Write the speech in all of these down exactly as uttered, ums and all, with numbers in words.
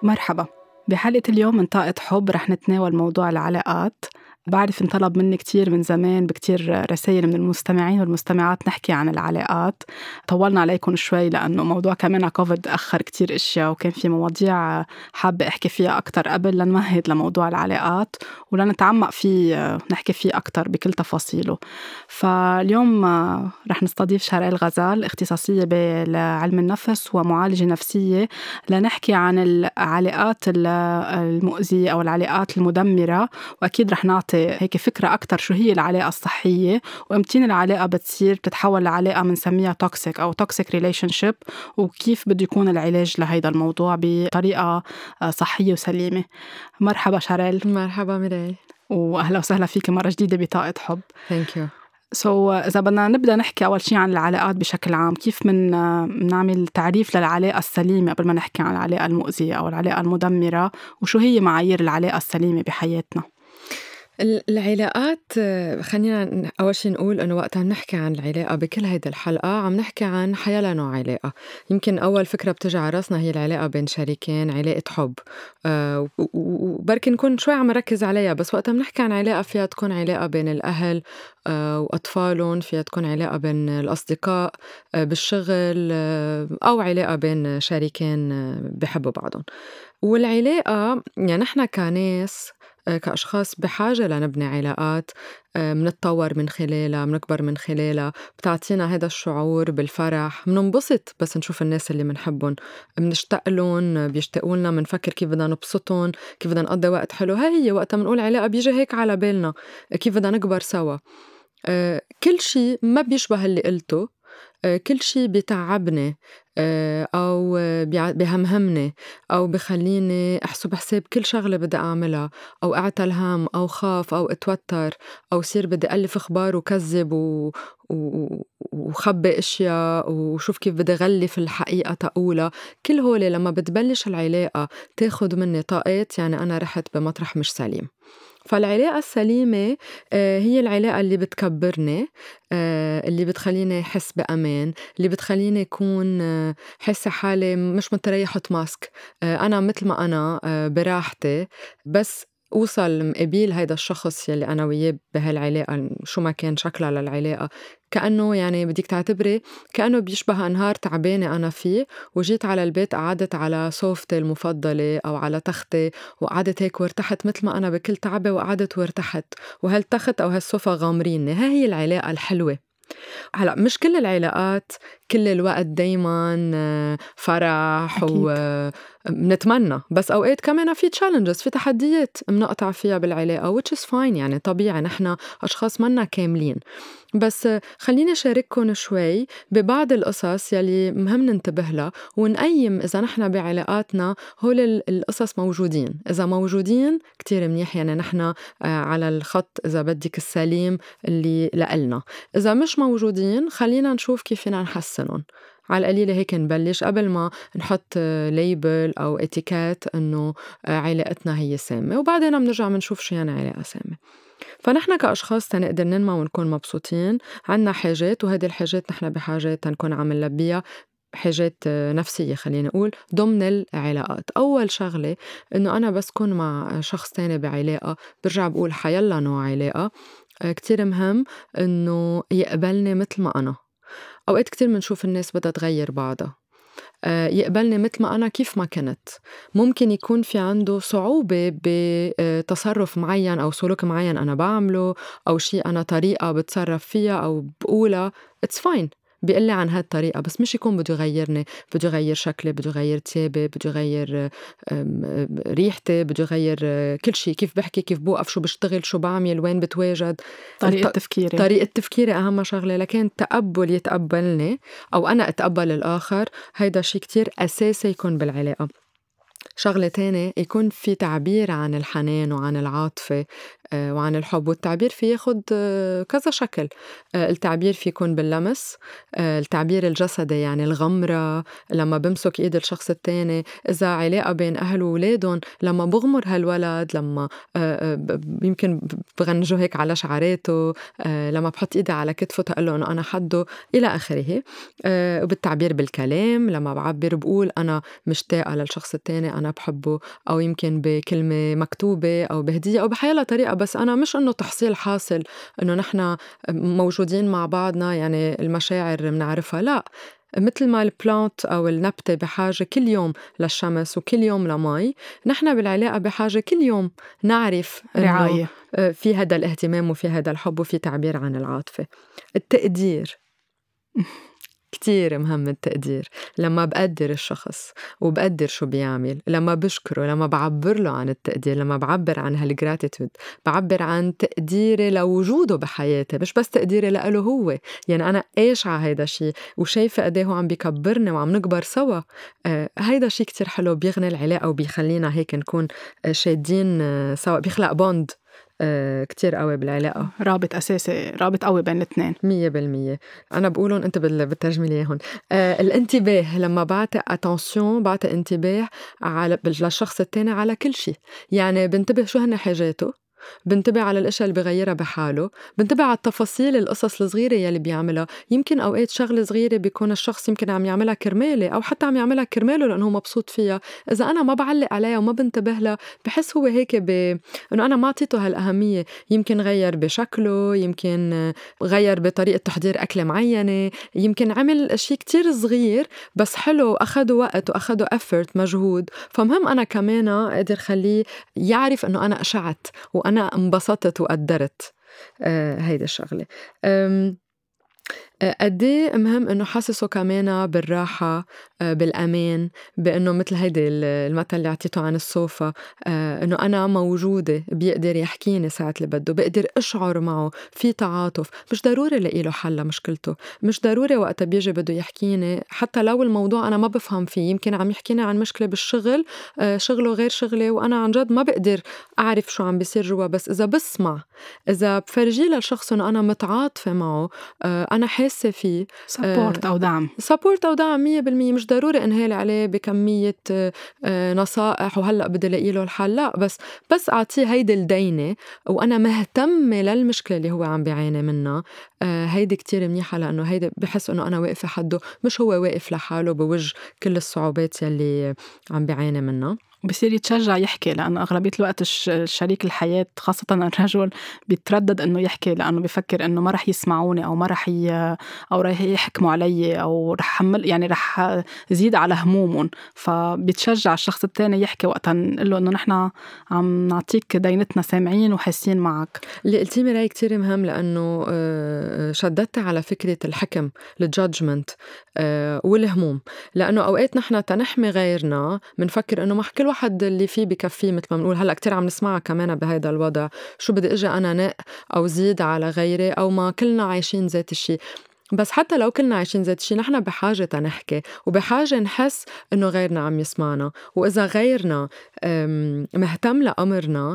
مرحبا. بحلقة اليوم من طاقة حب رح نتناول موضوع العلاقات. بعرف انطلب مني كتير من زمان بكتير رسائل من المستمعين والمستمعات نحكي عن العلاقات. طولنا عليكم شوي لأنه موضوع كمان كوفيد أخر كتير إشياء، وكان في مواضيع حابة أحكي فيها أكتر قبل لنمهد لموضوع العلاقات ولنتعمق فيه، نحكي فيه أكتر بكل تفاصيله. فاليوم رح نستضيف شاريل غزال، اختصاصية بعلم النفس ومعالجة نفسية، لنحكي عن العلاقات المؤذية أو العلاقات المدمرة. وأكيد رح نعطي هيك فكرة أكتر شو هي العلاقة الصحية وإمتين العلاقة بتصير بتتحول لعلاقة منسميها توكسيك أو توكسيك ريليشنشيب، وكيف بده يكون العلاج لهيدا الموضوع بطريقة صحية وسليمة. مرحبا شاريل. مرحبا ميراي، وأهلا وسهلا فيك مرة جديدة بطاقة حب. Thank you. سو so, إذا بدنا نبدأ نحكي أول شيء عن العلاقات بشكل عام، كيف من نعمل تعريف للعلاقة السليمة قبل ما نحكي عن العلاقة المؤذية أو العلاقة المدمرة، وشو هي معايير العلاقة السليمة بحياتنا؟ العلاقات، خلينا أول شيء نقول إنه وقت عم نحكي عن العلاقة بكل هيدا الحلقة عم نحكي عن حياة نوع علاقة. يمكن أول فكرة بتجي على راسنا هي العلاقة بين شريكين، علاقة حب، أه وبركي نكون شوي عم نركز عليها. بس وقت عم نحكي عن علاقة فيها تكون علاقة بين الأهل أه وأطفالهم، فيها تكون علاقة بين الأصدقاء أه بالشغل، أه أو علاقة بين شريكين أه بحبوا بعضهم. والعلاقة يعني نحن كناس، كأشخاص بحاجة لنبني علاقات، منتطور من خلالها، منكبر من خلالها، بتعطينا هذا الشعور بالفرح، مننبسط بس نشوف الناس اللي منحبهم، منشتاق لهم، بيشتاقوا لنا، منفكر كيف بدنا نبسطهم، كيف بدنا نقضي وقت حلو. هاي هي وقت منقول علاقة بيجي هيك على بالنا كيف بدنا نكبر سوا. كل شيء ما بيشبه اللي قلته، كل شيء بيتعبني أو بيهمهمني أو بخليني أحسب حساب كل شغلة بدي أعملها، أو أعتل هم أو خاف أو اتوتر أو صير بدي ألف أخبار وكذب و... و... وخبي أشياء وشوف كيف بدي غلف الحقيقة تقولها. كل هولي لما بتبلش العلاقة تاخد مني طاقات، يعني أنا رحت بمطرح مش سليم. فالعلاقة السليمة هي العلاقة اللي بتكبرني، اللي بتخليني أحس بأمان، اللي بتخليني أكون حاسة حالي مش متريحة ماسك، أنا مثل ما أنا براحتي، بس أوصل مقابل هيدا الشخص يلي أنا وياه بهالعلاقة شو ما كان شكلها للعلاقة. كأنه يعني بديك تعتبري كأنه بيشبه أنهار تعبانة أنا فيه، وجيت على البيت قعدت على صوفتي المفضلة أو على تختي وقعدت هيك وارتحت مثل ما أنا بكل تعبي، وقعدت وارتحت، وهالتخت أو هالصوفة غامريني. ها هي العلاقة الحلوة. هلأ مش كل العلاقات كل الوقت دايماً فرح ونتمنى، بس أوقات كمان في challenges، في تحديات منقطع فيها بالعلاقة which is fine، يعني طبيعي، نحن أشخاص منا كاملين. بس خليني شارككم شوي ببعض القصص يلي مهم ننتبه لها ونقيم إذا نحن بعلاقاتنا هول القصص موجودين. إذا موجودين كتير منيح، يعني نحن على الخط إذا بدك السليم اللي لقلنا. إذا مش موجودين خلينا نشوف كيف فينا نحسنهم. على القليلة هيك نبلش قبل ما نحط ليبل أو اتيكات إنه علاقتنا هي سامة، وبعدين بنرجع منشوف شو يعني علاقة سامة. فنحن كأشخاص تنقدر ننمى ونكون مبسوطين عنا حاجات، وهذه الحاجات نحن بحاجات تنكون عم نلبيها، حاجات نفسية خلينا نقول ضمن العلاقات. أول شغلة إنه أنا بس كون مع شخص تاني بعلاقة، برجع بقول حيلا نوع علاقة، كتير مهم إنه يقبلني مثل ما أنا. أوقات كتير منشوف الناس بدها تغير بعضها، يقبلني مثل ما أنا كيف ما كنت. ممكن يكون في عنده صعوبة بتصرف معين أو سلوك معين أنا بعمله، أو شيء أنا طريقة بتصرف فيها أو بقولها it's fine، بيقول لي عن هالطريقة، بس مش يكون بده يغيرني، بده يغير شكلي، بده يغير تيابي، بده يغير ريحتي، بده يغير كل شيء، كيف بحكي، كيف بوقف، شو بشتغل، شو بعمل، وين بتواجد، طريقة تفكيري طريقة تفكيري أهم شغلة. لكن تقبل يتقبلني أو أنا أتقبل الآخر، هيدا شيء كتير أساسي يكون بالعلاقة. شغلة تانية يكون في تعبير عن الحنان وعن العاطفة، آه، وعن الحب. والتعبير فيه ياخد آه، كذا شكل. آه، التعبير فيه يكون باللمس، آه، التعبير الجسدي يعني الغمرة لما بمسك إيد الشخص التاني، إذا علاقة بين أهل وولادهم لما بغمر هالولد، لما آه، آه، ب- يمكن بغنجه هيك على شعراته، آه، لما بحط إيدي على كتفه تقول له إنه أنا حده، إلى آخره. آه، وبالتعبير بالكلام لما بعبر بقول أنا مشتاقة للشخص التاني، أنا بحبه، أو يمكن بكلمة مكتوبة أو بهدية أو بحيالة طريقة. بس أنا مش إنه تحصيل حاصل إنه نحن موجودين مع بعضنا يعني المشاعر منعرفها، لا. مثل ما البلانت أو النبتة بحاجة كل يوم للشمس وكل يوم لمي، نحن بالعلاقة بحاجة كل يوم نعرف إنه رعاية. في هذا الاهتمام وفي هذا الحب وفي تعبير عن العاطفة. التقدير كتير مهم. التقدير لما بقدر الشخص وبقدر شو بيعمل، لما بشكره، لما بعبر له عن التقدير، لما بعبر عن هالجراتيتود، بعبر عن تقديري لوجوده بحياتي، مش بس تقديري لإله هو. يعني أنا إيش ع هيدا شي وشايفة قديه هو عم بيكبرني وعم نكبر سوا. آه هيدا شي كتير حلو، بيغني العلاقة وبيخلينا هيك نكون آه، شادين آه، سوا، بيخلق بوند آه كتير قوي بالعلاقة. رابط أساسي، رابط قوي بين الاثنين. مية بالمية. أنا بقولهم أنت بال- بترجمي لي إياهم. آه الانتباه، لما بعطي اتنسيون، بعطي انتباه على للشخص التاني على كل شيء. يعني بنتبه شو هن حاجاته، بنتبه على الاشياء اللي بغيرها بحاله، بنتبه على التفاصيل، القصص الصغيرة يلي بيعملها. يمكن أوقات شغلة صغيرة بيكون الشخص يمكن عم يعملها كرمالي أو حتى عم يعملها كرماله لأنه هو مبسوط فيها. إذا أنا ما بعلق عليها وما بنتبه لها، بحس هو هيك ب... إنه أنا ما عطيته هالأهمية. يمكن غير بشكله، يمكن آه، غير بطريقة تحضير أكلة معينة، يمكن عمل شيء كتير صغير بس حلو وأخده وقت وأخده effort مجهود. فمهم أنا كمان أقدر خليه يعرف إنه أنا أشعت وأنا انبسطت وقدرت آه هيدا الشغلة. أم، آه، قد ايه مهم انه حسسه كمان بالراحة، آه، بالامان، بانه مثل هيدي ال- المثل اللي عطيته عن الصوفة، آه، انه انا موجودة، بيقدر يحكيني ساعة اللي بده، بقدر اشعر معه في تعاطف. مش ضروري لاقي له حل لمشكلته، مش ضروري وقتها بيجي بده يحكيني حتى لو الموضوع انا ما بفهم فيه. يمكن عم يحكيني عن مشكلة بالشغل، آه، شغله غير شغلي، وانا عن جد ما بقدر اعرف شو عم بيصير جوا. بس اذا بسمع، اذا بفرجيه للشخص انه انا متعاطفة معه، آه، أنا حاسة فيه، سبورت أو دعم. سابورت أو دعم مية بالمية. مش ضروري انهال عليه بكمية آه، آه، نصائح وهلأ بدي لاقي له الحل، لا. بس بس أعطيه هيدي الدينة وأنا مهتمة للمشكلة اللي هو عم بيعاني منها. آه، هيدي كتير منيحة، لأنه هيدي بحس إنه أنا واقفة حده، مش هو واقف لحاله بوجه كل الصعوبات يلي عم بيعاني منها. بصير يتشجع يحكي، لأنه أغلبية الوقت الش- شريك الحياة خاصة الرجل بيتردد إنه يحكي، لأنه بيفكر إنه ما رح يسمعوني أو ما رح ي... أو رح يحكموا علي أو رح حمل، يعني رح زيد على همومهم. فبيتشجع الشخص التاني يحكي وقتا نقول له إنه نحن عم نعطيك دينتنا، سامعين وحاسين معك. اللي قلتيه مراي كتير مهم، لأنه آه، شددت على فكرة الحكم، الجادجمنت والهموم. لأنه أوقات نحن تنحمي غيرنا منفكر إنه مح كل واحد اللي فيه بكفيه، مثل ما بنقول هلأ كتير عم نسمعها كمان بهيدا الوضع، شو بدي إجي أنا نق أو زيد على غيري، أو ما كلنا عايشين ذات الشي. بس حتى لو كلنا عايشين ذات الشي، نحن بحاجة تنحكي وبحاجة نحس إنه غيرنا عم يسمعنا. وإذا غيرنا أم، مهتم لأمرنا،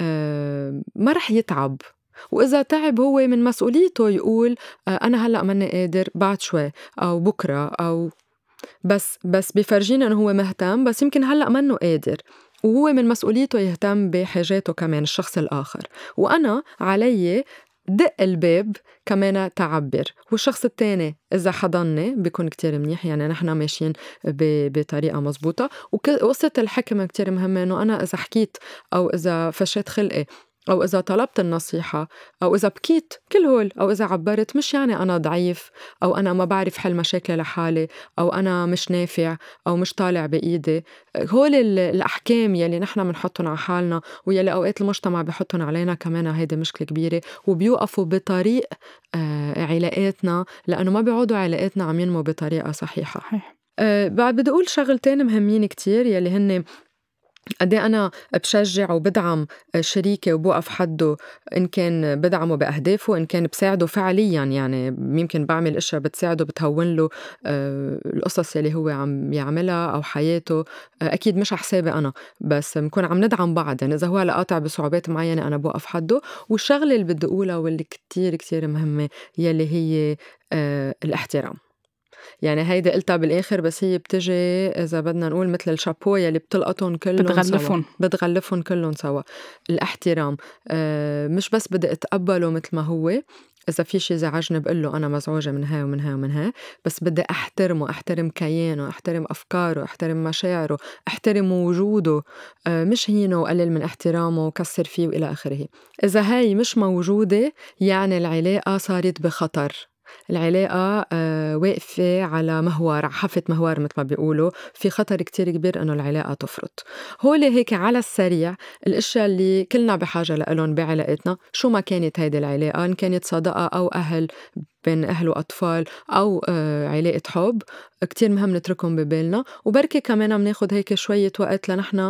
أم، ما رح يتعب. وإذا تعب هو من مسؤوليته يقول آه، أنا هلأ ماني قادر، بعد شوي أو بكرة، أو بس بس بيفرجينا إنه هو مهتم، بس يمكن هلأ منه قادر. وهو من مسؤوليته يهتم بحاجاته كمان الشخص الآخر. وأنا علي دق الباب كمان تعبر، والشخص التاني إذا حضني بيكون كتير منيح. يعني نحنا ماشيين ب- بطريقة مزبوطة. وقصة الحكمة كتير مهمة، إنه أنا إذا حكيت أو إذا فشيت خلقي أو إذا طلبت النصيحة أو إذا بكيت، كل هول، أو إذا عبرت، مش يعني أنا ضعيف أو أنا ما بعرف حل مشاكلي لحالي أو أنا مش نافع أو مش طالع بإيدي. هول ال- الأحكام يلي نحنا منحطن على حالنا ويلي أوقات المجتمع بيحطن علينا كمان، هيدي مشكلة كبيرة. وبيوقفوا بطريق آه علاقاتنا، لأنه ما بيعودوا علاقاتنا عم ينمو بطريقة صحيحة. صحيح. آه بعد بدي أقول شغلتين مهمين كتير يلي هن قد إيه أنا بشجع وبدعم شريكي وبوقف حده، إن كان بدعمه بأهدافه، إن كان بساعده فعليا، يعني يمكن بعمل أشياء بتساعده بتهون له آه، القصص اللي هو عم يعملها أو حياته. آه، أكيد مش على حسابي أنا، بس بنكون عم ندعم بعض. يعني إذا هو هلا قاطع بصعوبات معينة أنا بوقف حده. والشغلة اللي بدي أقولها واللي كتير كتير مهمة يلي هي آه، الاحترام. يعني هيدي قلتها بالآخر، بس هي بتجي إذا بدنا نقول مثل الشابو يلي بتلقطهم كلهم سوا، بتغلفهم. بتغلفهم كلهم سوا. الاحترام، آه مش بس بدي أتقبله مثل ما هو، إذا في شي زعجني بقول له أنا مزعوجة من هاي ومن هاي ومن هاي، بس بدي أحترمه، أحترم كيانه، أحترم أفكاره، أحترم مشاعره، أحترم وجوده. آه مش هينه وقلل من احترامه وكسر فيه وإلى آخره. إذا هاي مش موجودة يعني العلاقة صارت بخطر. العلاقة آه واقفة على مهوار، حافة مهوار مثل ما بيقولوا، في خطر كتير كبير إنه العلاقة تفرط. هولي هيك على السريع الأشياء اللي كلنا بحاجة لإلهم بعلاقتنا، شو ما كانت هيدي العلاقة، إن كانت صداقة أو أهل بين أهل وأطفال أو آه علاقة حب، كتير مهم نتركهم ببالنا. وبركي كمان مناخد هيك شوية وقت لنحنا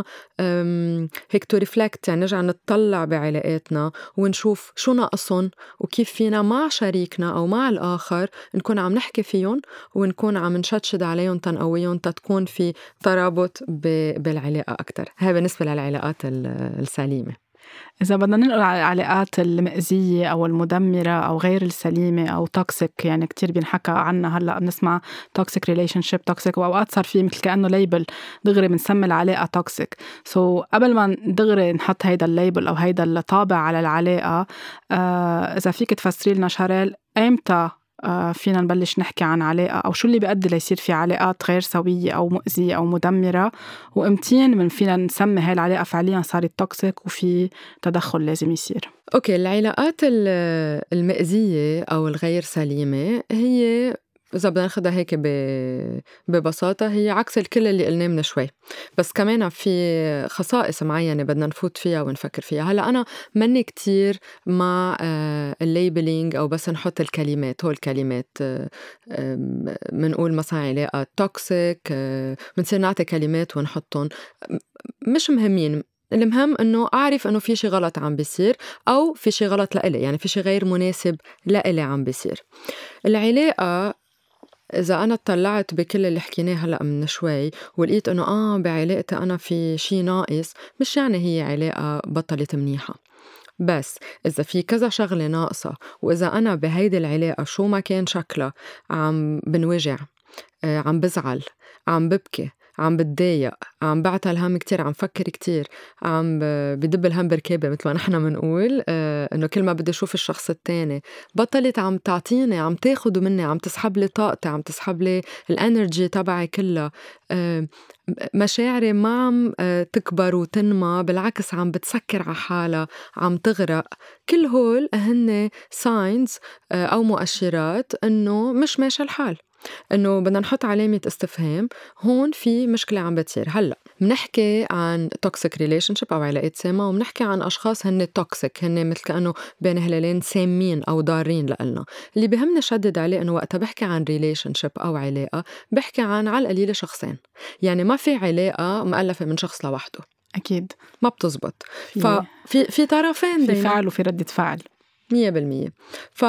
هيك تو ريفلكت، يعني نرجع نتطلع بعلاقاتنا ونشوف شو ناقصهم وكيف فينا مع شريكنا أو مع الآخر نكون عم نحكي فيهم ونكون عم نشدشد عليهم تنقويهم تتكون في ترابط بالعلاقة أكتر. هاي بالنسبة للعلاقات السليمة. إذا بدنا ننقل على العلاقات المأزية أو المدمرة أو غير السليمة أو توكسيك، يعني كتير بينحكى عنها هلأ، بنسمع توكسيك ريليشن شيب، توكسيك، وأوقات صار في مثل كأنه ليبل دغري بنسمي العلاقة توكسيك. سو so, قبل ما دغري نحط هيدا الليبل أو هيدا الطابع على العلاقة، آه إذا فيك تفسري لنا شارل، أيمتى آه فينا نبلش نحكي عن علاقة، أو شو اللي بيؤدي ليصير في علاقات غير سوية أو مؤذية أو مدمرة، وإمتين من فينا نسمي هاي العلاقة فعليا صارت توكسيك وفي تدخل لازم يصير؟ أوكي، العلاقات المأزية أو الغير سليمة هي إذا بدنا ناخدها هيك ببساطة هي عكس الكل اللي قلناه من شوي، بس كمان في خصائص معينة بدنا نفوت فيها ونفكر فيها. هلأ أنا مني كتير مع الليبلينج أو بس نحط الكلمات. هو الكلمات منقول مثلا علاقة توكسيك، منصير نعطي كلمات ونحطهم، مش مهمين. المهم إنه أعرف إنه في شي غلط عم بيصير أو في شي غلط لإلي، يعني في شي غير مناسب لإلي عم بيصير. العلاقة إذا أنا اطلعت بكل اللي حكيناه هلأ من شوي ولقيت إنه آه بعلاقتي أنا في شي ناقص، مش يعني هي علاقة بطلت منيحة. بس إذا في كذا شغلة ناقصة، وإذا أنا بهيدي العلاقة شو ما كان شكلها عم بنوجع، آه عم بزعل، عم ببكي، عم بتضايق، عم بعتل الهم كتير، عم فكر كتير، عم بدب الهم بركابة مثل ما نحنا منقول، آه إنه كل ما بدي أشوف الشخص التاني بطلت عم تعطيني، عم تاخده مني، عم تسحب لي طاقتي، عم تسحب لي الانرجي تبعي كلها. آه مشاعري ما عم آه تكبر وتنمى، بالعكس عم بتسكر على حالها، عم تغرق. كل هول هن ساينز آه أو مؤشرات إنه مش ماشي الحال، إنه بدنا نحط علامة استفهام، هون في مشكلة عم بتصير. هلأ منحكي عن toxic relationship أو علاقات سامة، ومنحكي عن أشخاص هن toxic، هن مثل كأنه بين هلالين سامين أو ضارين لإلنا. اللي بهمني شدد عليه إنه وقتها بحكي عن relationship أو علاقة بحكي عن على القليلة شخصين، يعني ما في علاقة مؤلفة من شخص لوحده، أكيد ما بتزبط. في ففي في طرفين، في فعل وفي ردة فعل مية بالمية. ف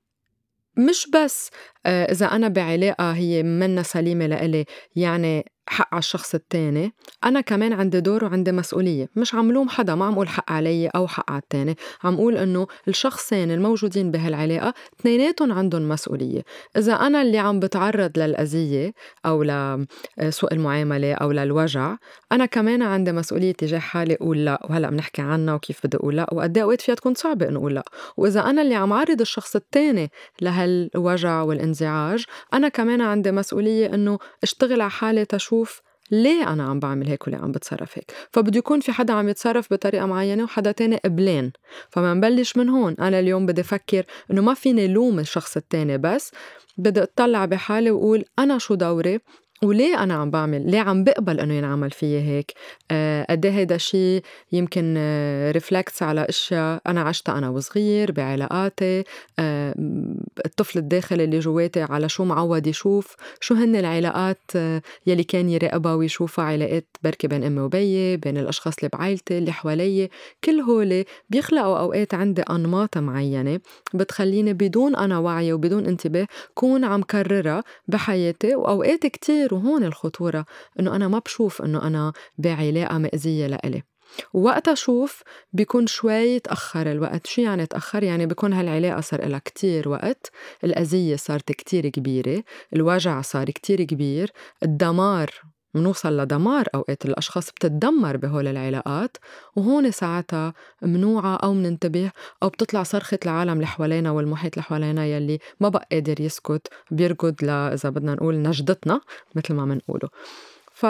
مش بس آه إذا أنا بعلاقة هي منا سليمة لإلي يعني حق على الشخص التاني، أنا كمان عندي دور وعندي مسؤولية. مش عم لوم حدا، ما عم قول حق علي أو حق على التاني، عم قول إنه الشخصين الموجودين بهالعلاقة اثنيناتهم عندهم مسؤولية. إذا أنا اللي عم بتعرض للأذية أو لسوء المعاملة أو للوجع، أنا كمان عندي مسؤولية تجاه حالي أقول لا. وهلأ بنحكي عنها وكيف بدي أقول لا، وقد إيه أوقات فيها تكون صعبة إنه أقول لا. وإذا أنا اللي عم عرض الشخص التاني لهالوجع والانزعاج، أنا كمان عندي مسؤولية إنه اشتغل على حالي تشوف ليه أنا عم بعمل هيك وليه عم بتصرف هيك. فبده يكون في حدا عم يتصرف بطريقة معينة وحدا تاني قبلين. فما نبلش من هون. أنا اليوم بدي أفكر إنه ما فيني لوم الشخص التاني، بس بدي أطلع بحالي وأقول أنا شو دوري وليه أنا عم بعمل، ليه عم بقبل إنه ينعمل فيي هيك. آه قد إيه هيدا شيء يمكن آه ريفلكس على أشياء أنا عشتها أنا وصغير بعلاقاتي. آه الطفل الداخلي اللي جواتي على شو معود يشوف، شو هن العلاقات آه يلي كان يراقبها ويشوفها، علاقات بركي بين أمي وبيي، بين الأشخاص اللي بعائلتي اللي حوالي. كل هولي بيخلقوا أوقات عندي أنماط معينة بتخليني بدون أنا وعي وبدون انتباه كون عم كررها بحياتي. وأوقات كتير، وهون الخطورة، إنه أنا ما بشوف إنه أنا بعلاقة مأزية لإلي، ووقت أشوف بيكون شوي تأخر الوقت. شو يعني تأخر؟ يعني بيكون هالعلاقة صار لها كتير وقت، الأذية صارت كتير كبيرة، الوجع صار كتير كبير، الدمار منوصل لدمار. أوقات الأشخاص بتتدمر بهول العلاقات، وهون ساعتها منوعة أو مننتبه، أو بتطلع صرخة العالم اللي حوالينا والمحيط اللي حوالينا يلي ما بقى قادر يسكت، بيركض ل إذا بدنا نقول نجدتنا مثل ما منقوله. ف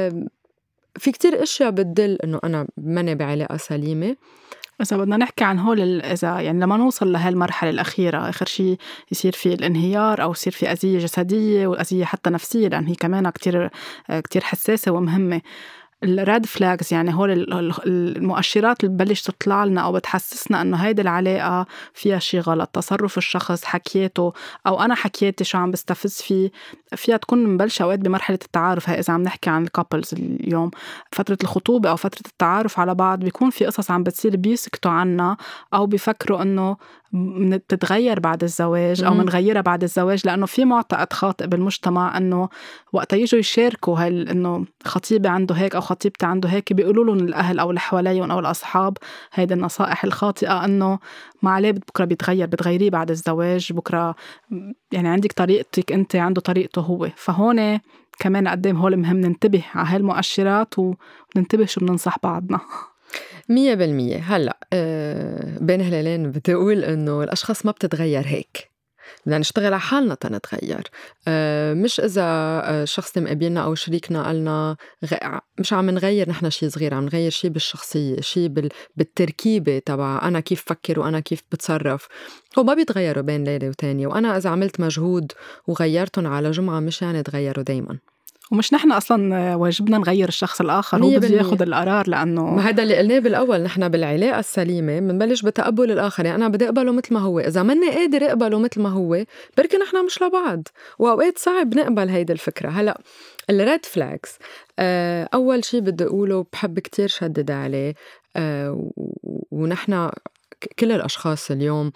في كتير اشياء بتدل انه انا ماني بعلاقه سليمه. إذا بدنا نحكي عن هول ال- إذا يعني لما نوصل لهالمرحلة الأخيرة، آخر شيء يصير في الانهيار أو يصير في أذية جسدية وأذية حتى نفسية، لأن هي كمان كتير كتير حساسة ومهمة. الريد فلاجز يعني هول ال- ال- المؤشرات اللي ببلش تطلع لنا أو بتحسسنا إنه هيدي العلاقة فيها شي غلط. تصرف الشخص، حكيته أو أنا حكيتي شو عم بستفز فيه، فيها تكون مبلشة أوقات بمرحلة التعارف. هاي إذا عم نحكي عن الكابلز اليوم، فترة الخطوبة أو فترة التعارف على بعض، بيكون في قصص عم بتصير بيسكتوا عنا أو بيفكروا إنه من- بتتغير بعد الزواج أو مم. منغيرها بعد الزواج، لأنه في معتقد خاطئ بالمجتمع إنه وقت يجوا يشاركوا هال إنه خطيبة عنده هيك أو خطيبتي عنده هيك، بيقولوا لهم الأهل أو اللي حواليهم أو الأصحاب هيدا النصائح الخاطئة إنه ما عليه بكرة بيتغير، بتغيريه بعد الزواج بكرة، يعني عندك طريقتك أنت عنده طريقته هو. فهون كمان قدام هول مهم ننتبه على هالمؤشرات وننتبه شو بننصح بعضنا. مية بالمية. هلأ أه بين هلالين بدي أقول إنه الأشخاص ما بتتغير هيك، بدنا نشتغل على حالنا تنتغير. أه مش إذا آه، شخص مقابلنا أو شريكنا قالنا غ... مش عم نغير نحن شي صغير، عم نغير شي بالشخصية، شي بال... بالتركيبة تبع أنا كيف فكر وأنا كيف بتصرف. هو ما بيتغيروا بين ليلة وتانية، وأنا إذا عملت مجهود وغيرتهم على جمعة مش يعني تغيروا دايماً. ومش نحن أصلاً واجبنا نغير الشخص الآخر، هو مية بده بالمية. ياخد القرار. لأنه ما هذا اللي قلناه بالأول، نحن بالعلاقة السليمة منبلش بتقبل الآخر. يعني أنا بدي أقبله مثل ما هو، إذا مني قادر أقبله مثل ما هو بركي نحن مش لبعض، وأوقات صعب نقبل هيدا الفكرة. هلأ الريد فلاكس، آه أول شي بدي أقوله بحب كتير شدد عليه، آه ونحن كل الأشخاص اليوم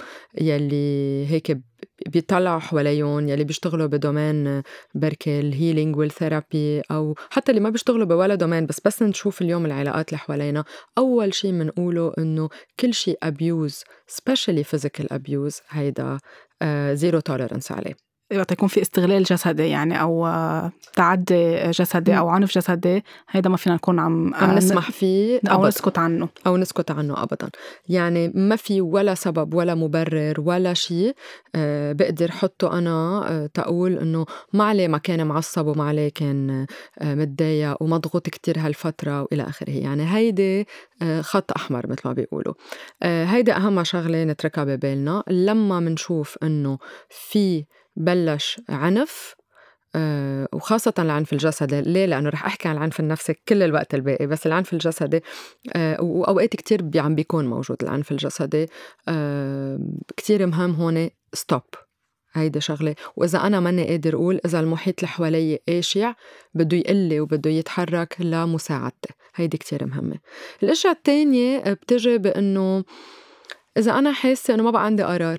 يلي هيك بيطلعوا حواليهم، يلي بيشتغلوا بدومين بركي الهيلينج والثيرابي، أو حتى اللي ما بيشتغلوا بولا دومين، بس بس نشوف اليوم العلاقات اللي حوالينا، أول شي منقوله إنه كل شي abuse especially physical abuse هيدا زيرو tolerance عليه. وقت يكون في استغلال جسدي يعني أو تعدي جسدي أو عنف جسدي، هيدا ما فينا نكون عم عم نسمح فيه أو أبداً. نسكت عنه أو نسكت عنه أبداً. يعني ما في ولا سبب ولا مبرر ولا شيء أه بقدر حطه أنا أه تقول إنه ما عليه ما كان معصب وما عليه كان أه متضايق ومضغوط كتير هالفترة وإلى آخره. يعني هيدي أه خط أحمر مثل ما بيقولوا. أه هيدي أهم شغلة نتركها ببالنا لما منشوف إنه في بلش عنف، أه وخاصة العنف الجسدي. ليه؟ لأنه رح أحكي عن العنف النفسي كل الوقت الباقي، بس العنف الجسدي أه وأوقات كتير بي عم بيكون موجود العنف الجسدي، أه كتير مهم هون ستوب. هيدا شغلة. وإذا أنا ماني قادر أقول، إذا المحيط اللي حوالي قاشع بده يقلي وبده يتحرك لمساعدتي، هيدي كتير مهمة. الأشياء التانية بتجي بأنه إذا أنا حاسة أنه ما بقى عندي قرار،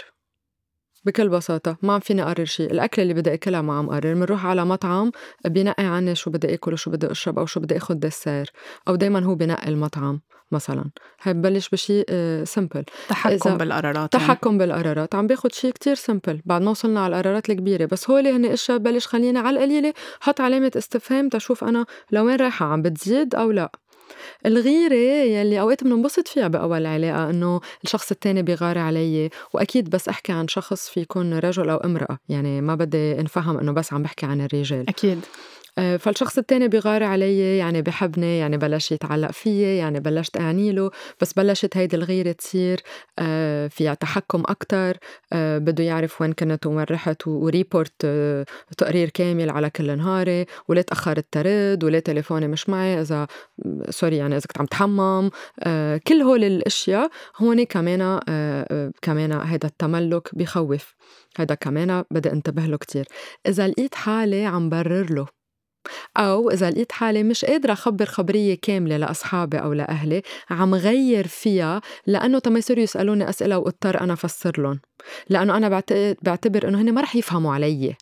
بكل بساطة ما عم فيني أقرر شيء، الأكل اللي بدي أكلها ما عم أقرر، منروح على مطعم بينقي عني شو بدي أكل وشو بدي أشرب أو شو بدي أخد دسير، أو دايما هو بينقي المطعم مثلا. هاي ببلش بشيء سمبل، تحكم بالقرارات. تحكم يعني. بالقرارات عم باخد شيء كتير سمبل بعد ما وصلنا على القرارات الكبيرة. بس هولي هني إشياء ببلش خليني على القليلة حط علامة استفهام تشوف أنا لوين رايحة، عم بتزيد أو لا. الغيرة يلي أوقات بننبسط فيها بأول العلاقة، إنه الشخص التاني بيغار علي، وأكيد بس أحكي عن شخص في يكون رجل أو امرأة، يعني ما بدي نفهم إنه بس عم بحكي عن الرجال. أكيد آه، فالشخص التاني بيغار علي، يعني بحبني، يعني بلش يتعلق فيي، يعني بلشت أعني له، بس بلشت هيدي الغيرة تصير آه، فيها تحكم أكتر. آه، بده يعرف وين كنت وين رحت، وريبورت آه، تقرير كامل على كل نهاري، وليه تأخرت ترد، وليه تليفوني مش معي، إذا سوري يعني إذا كنت عم تحمم. آه، كل هول الأشياء هون كمان آه، آه، كمان هيدا التملك بيخوف. هيدا كمان بدي انتبه له كتير. إذا لقيت حالي عم برر له، أو إذا لقيت حالي مش قادرة أخبر خبرية كاملة لأصحابي أو لأهلي، عم غير فيها لأنه تما يصيروا يسألوني أسئلة واضطر أنا أفسر لهم، لأنه أنا بعت- بعتبر إنه هن ما رح يفهموا علي.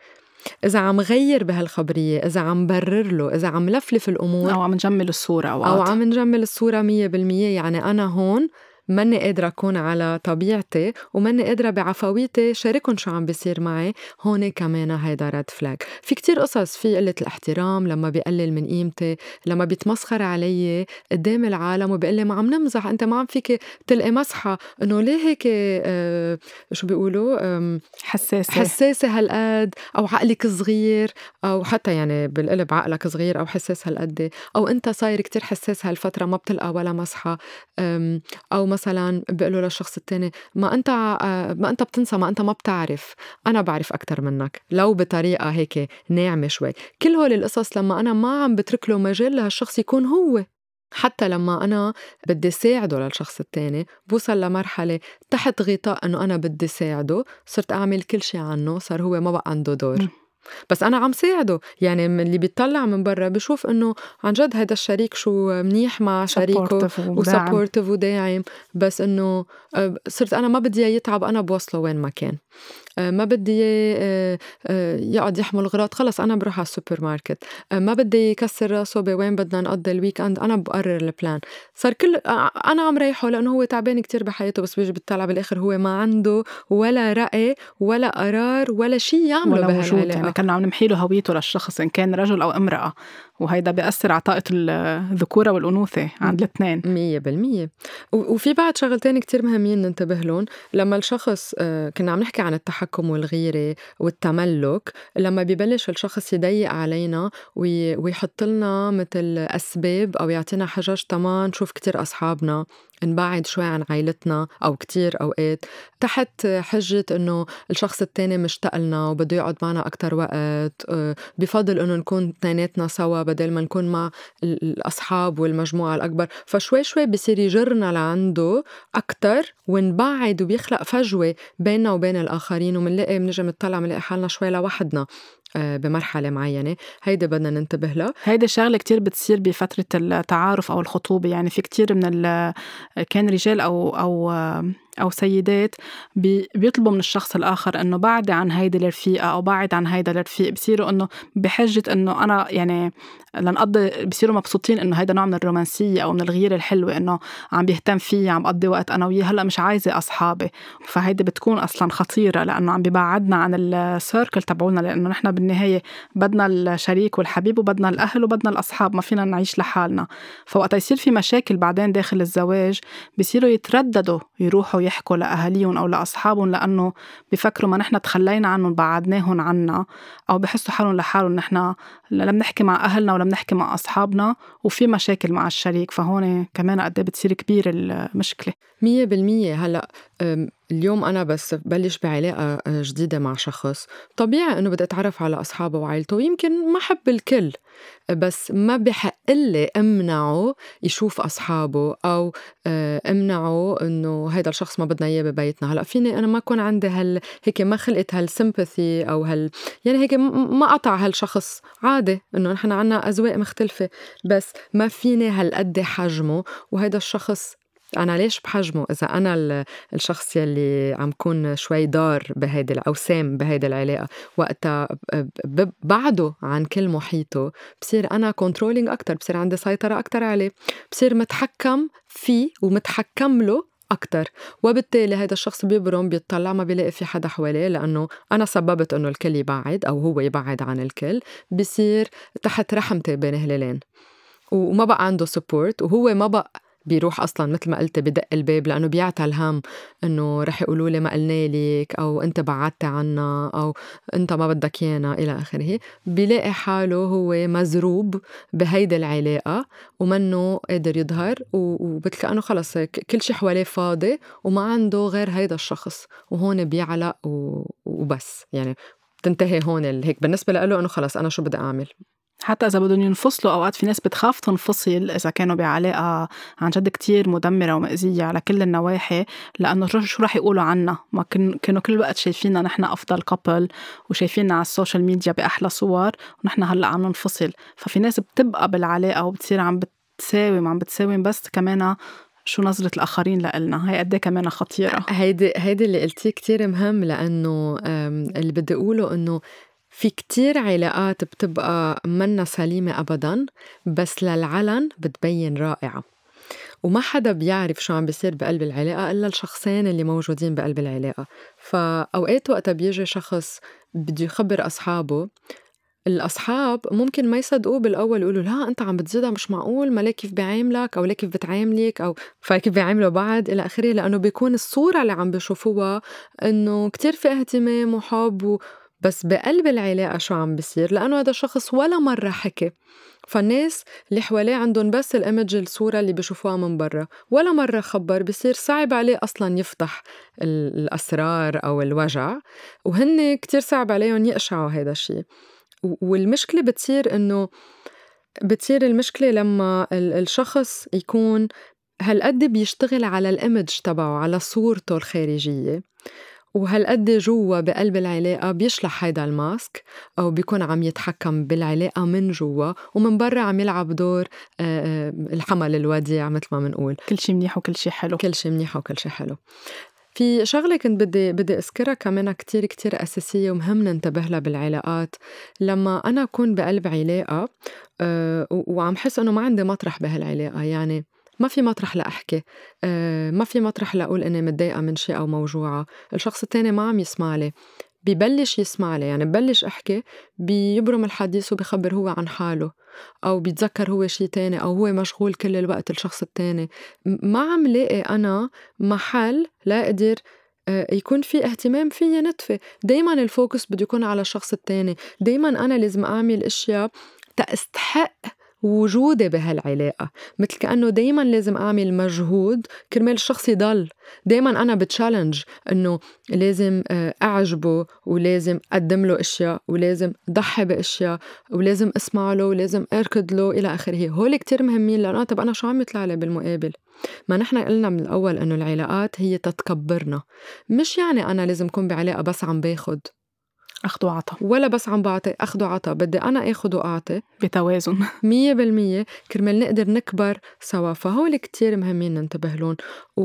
إذا عم غير بهالخبرية، إذا عم برر له، إذا عم لفلف الأمور أو عم نجمل الصورة أو أوقات. عم نجمل الصورة مية بالمية، يعني أنا هون ماني قادرة أكون على طبيعتي وماني قادرة بعفويتي شاركن شو عم بيصير معي. هون كمان هيدا ريد فلاج. في كتير قصص، في قلة الاحترام لما بيقلل من قيمتي، لما بيتمسخر علي قدام العالم وبيقلي ما عم نمزح، أنت ما عم فيك تلقي مسحة إنه ليه هيك آه شو بيقولوا آم، حساسة. حساسة هالقد، أو عقلك صغير، أو حتى يعني بالقلب عقلك صغير، أو حساس هالقد، أو أنت صاير كتير حساس هالفترة ما بتلقى ولا مسحة. أم، أو مثلا بيقولوا للشخص التاني ما أنت آه، ما أنت بتنسى، ما أنت ما بتعرف، أنا بعرف أكتر منك، لو بطريقة هيك ناعمة شوي. كل هول القصص لما أنا ما عم بترك له مجال لهالشخص يكون هو. حتى لما أنا بدي ساعده للشخص التاني بوصل لمرحلة تحت غطاء أنه أنا بدي ساعده صرت أعمل كل شي عنه، صار هو ما بقى عنده دور، م. بس أنا عم ساعده. يعني من اللي بيطلع من برا بشوف إنه عن جد هيدا الشريك شو منيح مع شريكه supportive وداعم. وسبورتيف وداعم، بس إنه آه، صرت أنا ما بدي إياه يتعب، أنا بوصله وين ما كان. آه، ما بدي إياه آه، آه، يقعد يحمل غراض، خلص أنا بروح على السوبر ماركت. آه، ما بدي يكسر راسه بوين بدنا نقضي الويكند، أنا بقرر البلان. صار كل آه، أنا عم ريحه لأنه هو تعبان كتير بحياته، بس بيجي بتطلع بالآخر هو ما عنده ولا رأي ولا قرار ولا شي يعمله ولا وجود، يعني بهالعلاقة. كنا عم نمحيله هويته للشخص إن كان رجل أو امرأة، وهيدا بيأثر على طاقة الذكورة والأنوثة عند الاثنين. مية بالمية. و- وفي بعد شغلتين كتير مهمين ننتبه لهم. لما الشخص آه، كنا عم نحكي عن التحكم والغيرة والتملك، لما بيبلش الشخص يضيق علينا وي- ويحط لنا مثل أسباب أو يعطينا حجج تما نشوف كتير أصحابنا، نبعد شوي عن عائلتنا، أو كتير أوقات تحت حجة إنه الشخص التاني مشتاق لنا وبده يقعد معنا أكتر وقت، آه، بفضل إنه نكون اثنيناتنا سوا بدل ما نكون مع ال- الأصحاب والمجموعة الأكبر، فشوي شوي بصير يجرنا لعنده أكتر ونبعد، وبيخلق فجوة بيننا وبين الآخرين، ومنلاقي منجي نطلع منلاقي حالنا شوي لوحدنا آه، بمرحلة معينة. هيدا بدنا ننتبه لها. هيدي الشغلة كتير بتصير بفترة التعارف أو الخطوبة. يعني في كتير من ال كان رجال أو أو أو سيدات بي بيطلبوا من الشخص الآخر إنه بعد عن هيدي الرفيقة أو بعد عن هيدا الرفيق، بصيروا إنه بحجة إنه أنا يعني لنقضي، بصيروا مبسوطين إنه هيدا نوع من الرومانسية أو من الغيرة الحلوة، إنه عم بيهتم فيي، عم قضي وقت أنا وياه، هلأ مش عايزة أصحابي. فهيدي بتكون أصلاً خطيرة لأنه عم بيبعدنا عن السيركل تبعولنا، لأنه نحن بالنهاية بدنا الشريك والحبيب وبدنا الأهل وبدنا الأصحاب، ما فينا نعيش لحالنا. فوقت يصير في مشاكل بعدين داخل الزواج بيصيروا يترددوا يروحوا يحكوا لأهاليهم أو لأصحابهم، لأنه بيفكروا ما نحن تخلينا عنهم بعدناهم عنا، أو بحسوا حالهم لحالهم نحن لم نحكي مع أهلنا ولم نحكي مع أصحابنا وفي مشاكل مع الشريك. فهون كمان قد إيه بتصير كبير المشكلة. مية بالمية. هلأ أم، اليوم أنا بس بلش بعلاقة أه، جديدة مع شخص، طبيعي إنه بدي أتعرف على أصحابه وعائلته، ويمكن ما حب الكل، بس ما بحق لي أمنعه يشوف أصحابه، أو آه، أمنعه إنه هيدا الشخص ما بدنا إياه ببيتنا. هلأ فيني أنا ما أكون عندي هال هيك، ما خلقت هالسيمباثي أو هال يعني هيك م- ما قطع هالشخص، عادي إنه نحن عنا أذواق مختلفة، بس ما فيني هالقد حجمه. وهيدا الشخص أنا ليش بحجمه؟ إذا أنا ال- الشخص يلي عم كون شوي دار بهيدي أو سام بهيدي العلاقة، وقتها ب- ب- بعده عن كل محيطه، بصير أنا كنترولينج أكتر، بصير عندي سيطرة أكتر عليه، بصير متحكم فيه ومتحكم له أكتر. وبالتالي هيدا الشخص بيبرم، بيطلع ما بيلاقي في حدا حواليه، لأنه أنا سببت إنه الكل يبعد أو هو يبعد عن الكل، بصير تحت رحمتي بين هلالين، وما بقى عنده سبورت، وهو ما بقى بيروح أصلاً مثل ما قلت بدق الباب لأنه بيعتى الهم إنه رح يقولوا لي ما قلنا لك، أو أنت بعدت عنا، أو أنت ما بدك يانا إلى آخره. بيلاقي حاله هو مزروب بهيدا العلاقة ومنه قادر يظهر، ومثل كأنه خلص كل شي حواليه فاضي وما عنده غير هيدا الشخص، وهون بيعلق وبس. يعني تنتهي هون هيك بالنسبة له إنه خلص أنا شو بدي أعمل. حتى إذا بدهم ينفصلوا أوقات في ناس بتخاف تنفصل إذا كانوا بعلاقة عن جد كتير مدمرة ومأزية على كل النواحي، لأنه شو رح يقولوا عنا؟ ما كانوا كل وقت شايفيننا نحن أفضل كابل وشايفيننا على السوشيال ميديا بأحلى صور، ونحن هلأ عم ننفصل. ففي ناس بتبقى بالعلاقة وبتصير عم بتساوم عم بتساوم بس كمان شو نظرة الآخرين لإلنا. هاي قد ايه كمان خطيرة. هيدي هيدي اللي قلتيه كتير مهم، لأنه اللي بدي أقوله إنه في كتير علاقات بتبقى منا سليمة أبداً، بس للعلن بتبين رائعة، وما حدا بيعرف شو عم بيصير بقلب العلاقة إلا الشخصين اللي موجودين بقلب العلاقة. فأوقات وقتا بيجي شخص بده يخبر أصحابه، الأصحاب ممكن ما يصدقوه بالأول، يقولوا لا أنت عم بتزيدها، مش معقول، ما ليك كيف بيعاملك أو ليك كيف بتعاملك أو فكيف بيعاملوا بعض إلى آخره، لأنه بيكون الصورة اللي عم بيشوفوها إنه كتير في اهتمام وحب و... بس بقلب العلاقة شو عم بيصير؟ لأنه هذا الشخص ولا مرة حكي، فالناس اللي حواليه عندهم بس الإيمج، الصورة اللي بيشوفوها من برا، ولا مرة خبر. بيصير صعب عليه أصلاً يفتح الأسرار أو الوجع، وهن كتير صعب عليهم يقشعوا هذا الشيء. والمشكلة بتصير إنه بتصير المشكلة لما الشخص يكون هالقد بيشتغل على الإيمج تبعه، على صورته الخارجية، وهالقد جوا بقلب العلاقة بيشلح هيدا الماسك، أو بيكون عم يتحكم بالعلاقة من جوا، ومن برا عم يلعب دور الحمل الوديع مثل ما منقول، كل شي منيح وكل شي حلو. كل شي منيح وكل شي حلو. في شغلة كنت بدي بدي أذكرها كمان كتير كتير أساسية ومهم ننتبه لها بالعلاقات. لما أنا أكون بقلب علاقة أه وعم حس إنه ما عندي مطرح بهالعلاقة، يعني ما في مطرح لأحكي، أه ما في مطرح لأقول إني متضايقة من شيء أو موجوعة، الشخص التاني ما عم يسمع لي، بيبلش يسمع لي، يعني ببلش أحكي، بيبرم الحديث وبيخبر هو عن حاله، أو بيتذكر هو شي تاني، أو هو مشغول كل الوقت الشخص التاني. ما عم لاقي أنا محل لا أقدر يكون في اهتمام فيي نتفة. دايما الفوكس بده يكون على الشخص التاني، دايما أنا لازم أعمل أشياء تستحق وجودي بهالعلاقة، مثل كأنه دايما لازم أعمل مجهود كرمال الشخص يضل. دايما أنا بتشالنج إنه لازم أعجبه، ولازم أقدم له أشياء، ولازم ضحي بأشياء، ولازم أسمع له، ولازم أركض له إلى آخره. هول كتير مهمين، لأنه طب أنا شو عم يطلع لي بالمقابل؟ ما نحن قلنا من الأول إنه العلاقات هي تتكبرنا، مش يعني أنا لازم كون بعلاقة بس عم باخد أخذ وعطا، ولا بس عم بعطي أخذ وعطا، بدي أنا أخذ وأعطي بتوازن مية بالمية كرمال نقدر نكبر سوا. فهول كتير مهمين ننتبه لهم،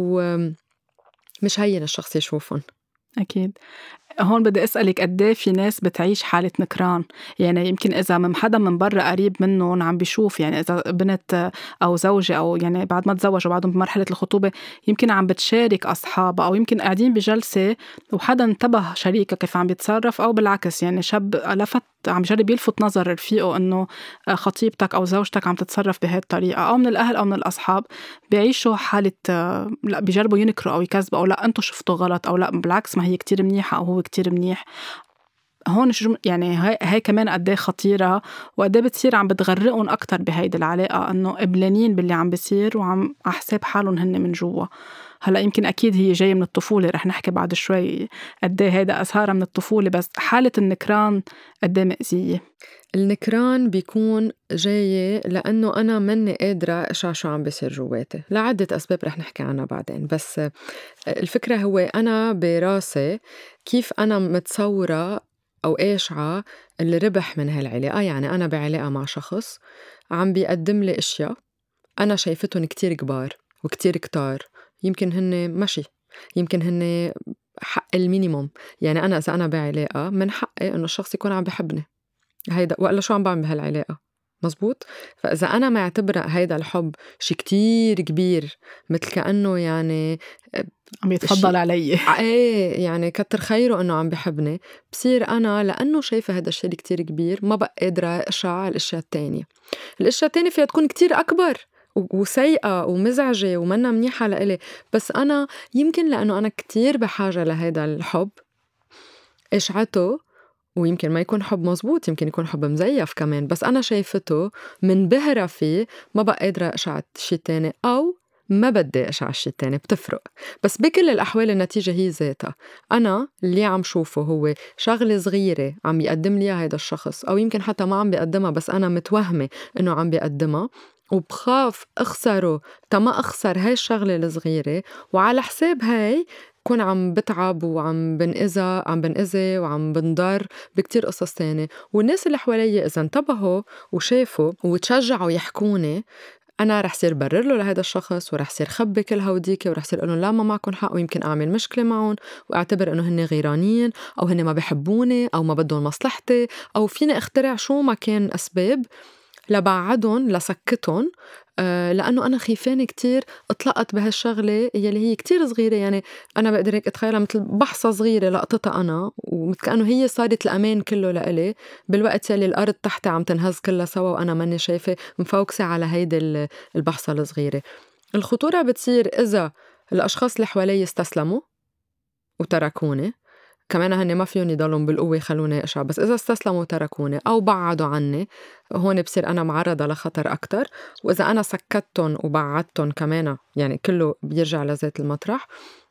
ومش هين الشخص يشوفهم. أكيد. هون بدي أسألك قديه في ناس بتعيش حالة نكران؟ يعني يمكن إذا من حدا من برا قريب منهم عم بيشوف، يعني إذا بنت أو زوجة أو يعني بعد ما تزوجوا بعدهم بمرحلة الخطوبة يمكن عم بتشارك أصحابها، أو يمكن قاعدين بجلسة وحدا انتبه شريكة كيف عم بيتصرف، أو بالعكس يعني شاب لفت عم يجرب يلفت نظر رفيقه إنه خطيبتك أو زوجتك عم تتصرف بهذه الطريقة، أو من الأهل أو من الأصحاب بيعيشوا حالة لا بيجربوا ينكروا أو يكذبوا، أو لا أنتوا شفتوا غلط، أو لا بالعكس ما هي كتير منيحة أو هو كتير منيح. هون شو يعني هاي, هاي كمان قديه خطيرة، وقديه بتصير عم بتغرقهم أكتر بهيدي العلاقة، إنه قبلانين باللي عم بيصير وعم أحساب حالهم هن من جوا. هلا يمكن أكيد هي جاية من الطفولة، رح نحكي بعد شوي قديه هيدا أثارها من الطفولة، بس حالة النكران قديه مأزية. النكران بيكون جاي لأنه أنا مني قادرة أشع شو عم بيصير جواتي لعدة أسباب رح نحكي عنها بعدين. بس الفكرة هو أنا براسي كيف أنا متصورة أو قاشعة اللي ربح من هالعلاقة. يعني أنا بعلاقة مع شخص عم بيقدم لي أشياء أنا شايفتهم كتير كبار وكتير كتار، يمكن هن ماشي، يمكن هن حق المينيموم. يعني أنا إذا أنا بعلاقة من حقي إنه الشخص يكون عم بحبني، هيدا وقال شو عم بعمل بهالعلاقة؟ مزبوط. فإذا أنا معتبرة هيدا الحب شي كتير كبير، مثل كأنه يعني عم يتفضل علي ايه يعني كتر خيره إنه عم بحبني، بصير أنا لأنه شايفة هيدا الشي كتير كبير ما بقى قادرة أشع الأشياء التانية. الأشياء التانية فيها تكون كتير أكبر وسيئة ومزعجة ومنا منيحة لإلي، بس أنا يمكن لأنه أنا كتير بحاجة لهيدا الحب إشعته، ويمكن ما يكون حب مزبوط، يمكن يكون حب مزيف كمان، بس أنا شايفته منبهرة فيه ما بقى قادرة أشعت شي تاني، أو ما بدي أشعل شي تاني، بتفرق. بس بكل الأحوال النتيجة هي ذاتها. أنا اللي عم شوفه هو شغلة صغيرة عم يقدم لي هيدا الشخص، أو يمكن حتى ما عم بيقدمها بس أنا متوهمة إنه عم بيقدمها، وبخاف أخسره تما أخسر هاي الشغلة الصغيرة، وعلى حساب هاي كون عم بتعب وعم بنأذى عم بنأذي وعم بنضر بكتير قصص تانية. والناس اللي حوالي إذا انتبهوا وشافوا وتشجعوا يحكوني، أنا رح صير برر له لهذا الشخص، ورح صير خبي كل هوديكي، ورح صير أقول لا ما معكن حق، ويمكن أعمل مشكلة معهم وأعتبر إنه هن غيرانين أو هن ما بيحبوني أو ما بدهم مصلحتي، أو فيني اخترع شو ما كان أسباب لبعدهم لسكتهم. آه لأنه أنا خيفانة كتير اطلقت بهالشغلة يلي هي كتير صغيرة. يعني أنا بقدر هيك أتخيلها مثل بحصة صغيرة لقطتها أنا، ومثل كأنه هي صارت الأمان كله لإلي بالوقت يلي الأرض تحتي عم تنهز كلها سوا وأنا ماني شايفة، مفوكسة على هيدي البحصة الصغيرة. الخطورة بتصير إذا الأشخاص اللي حوالي استسلموا وتركوني، كمان هن ما فيهم يضلون بالقوة يخلوني أشعل، بس إذا استسلموا وتركوني أو بعدوا عني، هون بصير أنا معرضة لخطر أكتر. وإذا أنا سكتتهم وبعدتهم كمان، يعني كله بيرجع لذات المطرح.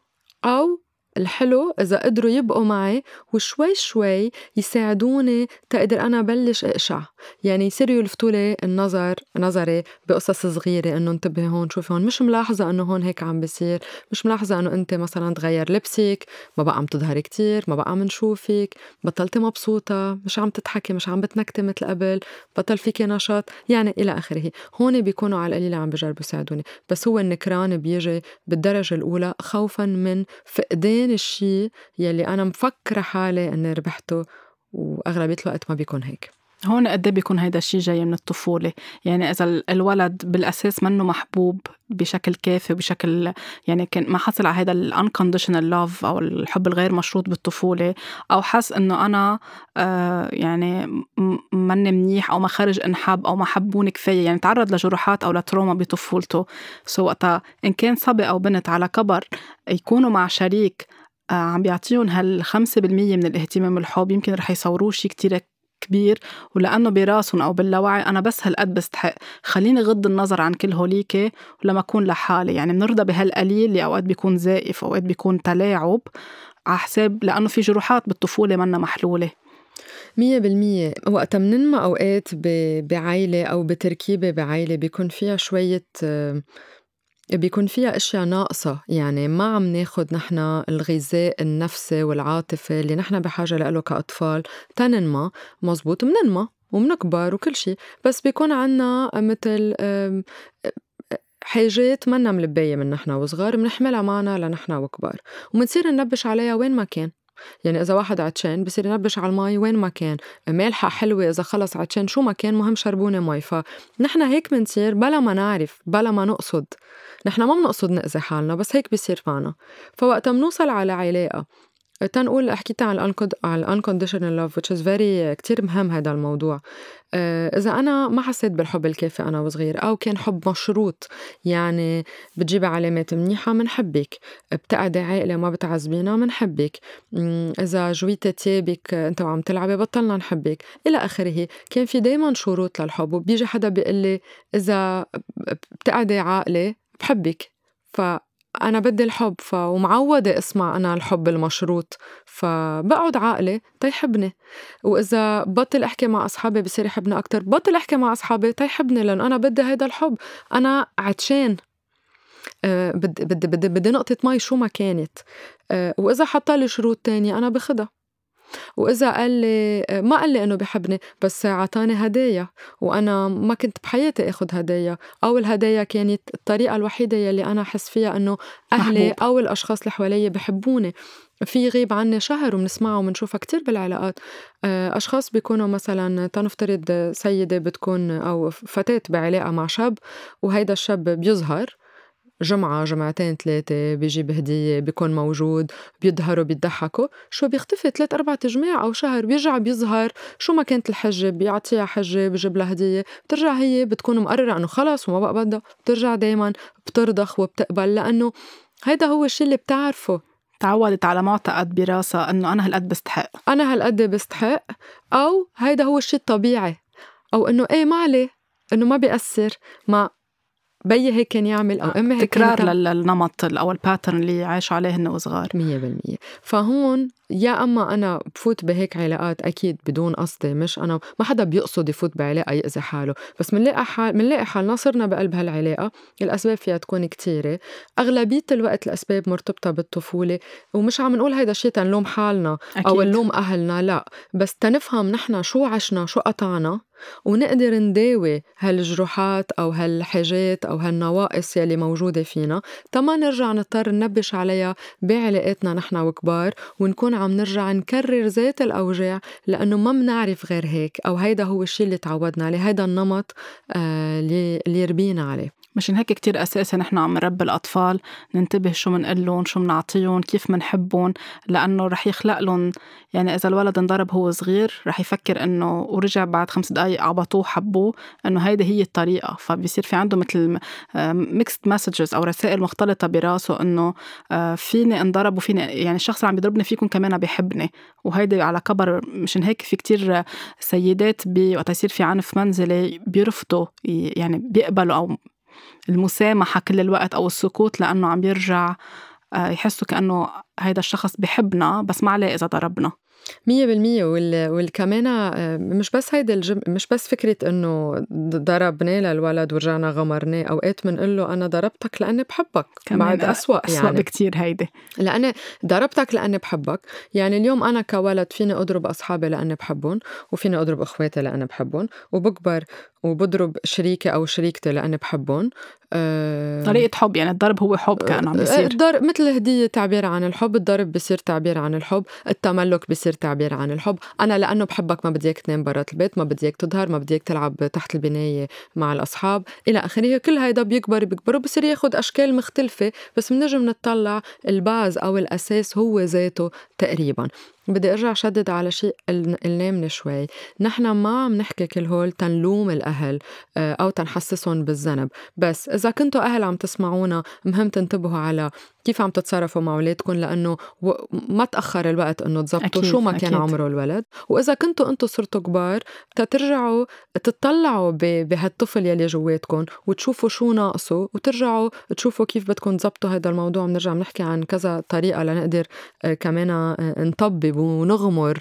أو الحلو إذا قدروا يبقوا معي وشوي شوي يساعدوني تقدر أنا بلش أقشع، يعني يصيروا يلفتولي النظر نظري بقصص صغيرة، إنه انتبهي هون، شوفي هون، مش ملاحظة إنه هون هيك عم بيصير، مش ملاحظة إنه أنت مثلا تغير لبسك، ما بقى عم تظهري كتير، ما بقى عم نشوفك، بطلتي مبسوطة، مش عم تضحكي، مش عم بتنكتي مثل قبل، بطل فيكي نشاط، يعني إلى آخره. هون بيكونوا على القليلة عم بجربوا يساعدوني، بس هو النكران بيجي بالدرجة الأولى خوفا من فقدان الشي يلي أنا مفكرة حالي أني ربحته، وأغلبية الوقت ما بيكون هيك. هون قد بيكون هيدا الشي جاي من الطفولة. يعني إذا الولد بالأساس منه محبوب بشكل كافي وبشكل، يعني كان ما حصل على هيدا ال unconditional love أو الحب الغير مشروط بالطفولة، أو حس إنه أنا آه يعني مني منيح أو ما خرج انحب أو ما حبوني كفاية، يعني تعرض لجروحات أو لتروما بطفولته، سو وقتها إن كان صبي أو بنت على كبر يكونوا مع شريك آه عم بيعطيهم هالخمسة بالمية من الاهتمام والحب، يمكن رح يصوروه شي كتير كبير، ولأنه براسهم أو باللاوعي أنا بس هالقد بستحق، خليني غض النظر عن كل هوليكي ولما أكون لحالي. يعني منرضى بهالقليل اللي أوقات بيكون زائف، أوقات بيكون تلاعب على حساب، لأنه في جروحات بالطفولة منا محلولة. مية بالمية. وقتا مننما أوقات بعائلة أو بتركيبة بعائلة بيكون فيها شوية بيكون فيها أشياء ناقصة، يعني ما عم ناخد نحنا الغذاء النفسي والعاطفي اللي نحنا بحاجة له كأطفال تننما مزبوط. مننما ومنكبر وكل شي، بس بيكون عنا مثل حاجات منا ملباية من نحنا وصغار منحملها معنا لنحنا وكبار، ومنصير ننبش عليها وين ما كان. يعني إذا واحد عطشان بصير ينبش على المي وين ما كان، مالحة حلوة إذا خلص عطشان شو ما كان، مهم شربوني مي. فنحن هيك منصير بلا ما نعرف بلا ما نقصد، نحن ما بنقصد نأذي حالنا بس هيك بيصير معنا. فوقتا منوصل على علاقة تنقول حكيت عن ال unconditional love which is very كتير مهم هذا الموضوع. إذا أنا ما حسيت بالحب الكافي أنا وصغير، أو كان حب مشروط، يعني بتجيب علامات منيحة منحبك، بتقعدي عائلة ما بتعذبينا منحبك، إذا جويتي تيابك أنت وعم تلعبي بطلنا نحبك، إلى آخره. كان في دايما شروط للحب، وبيجي حدا بيقلي إذا بتقعدي عائلة بحبك، ف أنا بدي الحب، ف... ومعودة اسمع أنا الحب المشروط، فبقعد عقلي تيحبني. وإذا بطل أحكي مع أصحابي بصير يحبني أكتر، بطل أحكي مع أصحابي تيحبني، لأن أنا بدي هيدا الحب، أنا عطشان، أه بدي بدي بدي بدي نقطة مي شو ما كانت. أه وإذا حطالي شروط تانية أنا بخدها. وإذا قال لي ما قال لي إنه بحبني بس عطاني هدايا وأنا ما كنت بحياتي أخذ هدايا، أو الهدايا كانت الطريقة الوحيدة يلي أنا أحس فيها إنه أهلي محبوب. أو الأشخاص اللي حوالي بحبوني. في غيب عني شهر ومنسمعه ومنشوفها كتير بالعلاقات. أشخاص بيكونوا مثلا تنفترض سيدة بتكون أو فتاة بعلاقة مع شاب، وهيدا الشاب بيظهر جمعة جمعتين ثلاثة بيجيب هدية بيكون موجود بيظهروا بيضحكوا، شو بيختفي ثلاث أربعة جماع أو شهر بيرجع بيظهر شو ما كانت الحجة بيعطيها حجة بيجيب لها هدية، بترجع هي بتكون مقررة إنه خلاص وما بقى بدها، بترجع دايما بترضخ وبتقبل لأنه هيدا هو الشي اللي بتعرفه. تعودت على معتقد براسها إنه أنا هالقد بستحق، أنا هالقد بستحق، أو هيدا هو الشي الطبيعي، أو إنه إيه ما عليه، إنه ما بيأثر، ما بيي هيك كان يعمل أو أمي هيك تكرار كانت للنمط أو الباترن اللي عايش عليه هن وصغار. مية بالمية. فهون يا أما أنا بفوت بهيك علاقات أكيد بدون قصدي، مش أنا ما حدا بيقصد يفوت بعلاقة يأذي حاله، بس منلاقي حال منلاقي حالنا صرنا بقلب هالعلاقة. الأسباب فيها تكون كتيرة، أغلبية الوقت الأسباب مرتبطة بالطفولة، ومش عم نقول هيدا الشيء تنلوم حالنا أكيد. أو نلوم أهلنا، لا، بس تنفهم نحنا شو عشنا شو قطعنا ونقدر نداوي هالجروحات أو هالحاجات أو هالنواقص يلي موجودة فينا، تما نرجع نضطر ننبش عليها بعلاقاتنا نحنا وكبار، ونكون عم نرجع نكرر ذات الأوجاع لأنه ما منعرف غير هيك، أو هيدا هو الشي اللي تعودنا عليه، هيدا النمط آه اللي, اللي ربينا عليه. مشان هيك كتير أساسي نحن عم نربي الأطفال ننتبه شو منقلن شو منعطيهم كيف منحبهم، لأنه رح يخلق لهم يعني إذا الولد انضرب هو صغير رح يفكر إنه ورجع بعد خمس دقايق عبطوه حبوه إنه هيدا هي الطريقة، فبيصير في عنده مثل mixed messages أو رسائل مختلطة براسه إنه فيني انضرب وفيني يعني الشخص اللي عم يضربني فيكم كمان بيحبني، وهيدا على كبر. مشان هيك في كتير سيدات وقت يصير في عنف منزلي بيرفضوا يعني بيقبلوا أو المسامحة كل الوقت أو السكوت، لأنه عم يرجع يحسوا كأنه هيدا الشخص بيحبنا بس ما عليه إذا ضربنا. مية بالمية. وال... والكمان مش بس هيدا الجم... مش بس فكرة إنه ضربناه للولد ورجعنا غمرناه، أوقات منقله أنا ضربتك لأني بحبك، بعد أسوأ أسوأ يعني بكتير هيدا، لأني ضربتك لأني بحبك. يعني اليوم أنا كولد فيني أضرب أصحابي لأني بحبهم، وفيني أضرب إخواتي لأني بحبهم، وبكبر وبضرب شريكي أو شريكتي لأني بحبهم. أه... طريقة حب يعني الضرب هو حب كأنه عم بيصير. الضرب مثل هدية تعبير عن الحب، الضرب بيصير تعبير عن الحب، التملك بيصير تعبير عن الحب. أنا لأنه بحبك ما بديك تنام برات البيت، ما بديك تظهر، ما بديك تلعب تحت البناية مع الأصحاب إلى آخره. كل هيدا بيكبر بيكبر وبصير ياخد أشكال مختلفة، بس منجم نتطلع الباز أو الأساس هو ذاته تقريباً. بدي أرجع شدد على شيء قلناه من شوي، نحن ما عم نحكي كل هول تنلوم الأهل أو تنحسسهم بالذنب، بس إذا كنتوا أهل عم تسمعونا مهم تنتبهوا على كيف عم تتصرفوا مع أولادكم، لأنه ما تأخر الوقت أنه تزبطوا شو ما كان أكيد. عمره الولد. وإذا كنتوا أنتوا صرتوا كبار تترجعوا تطلعوا بهالطفل يلي جواتكم وتشوفوا شو ناقصه وترجعوا تشوفوا كيف بدكم تزبطوا هذا الموضوع. بنرجع بنحكي عن كذا طريقة لنقدر كمان نطبب ونغمر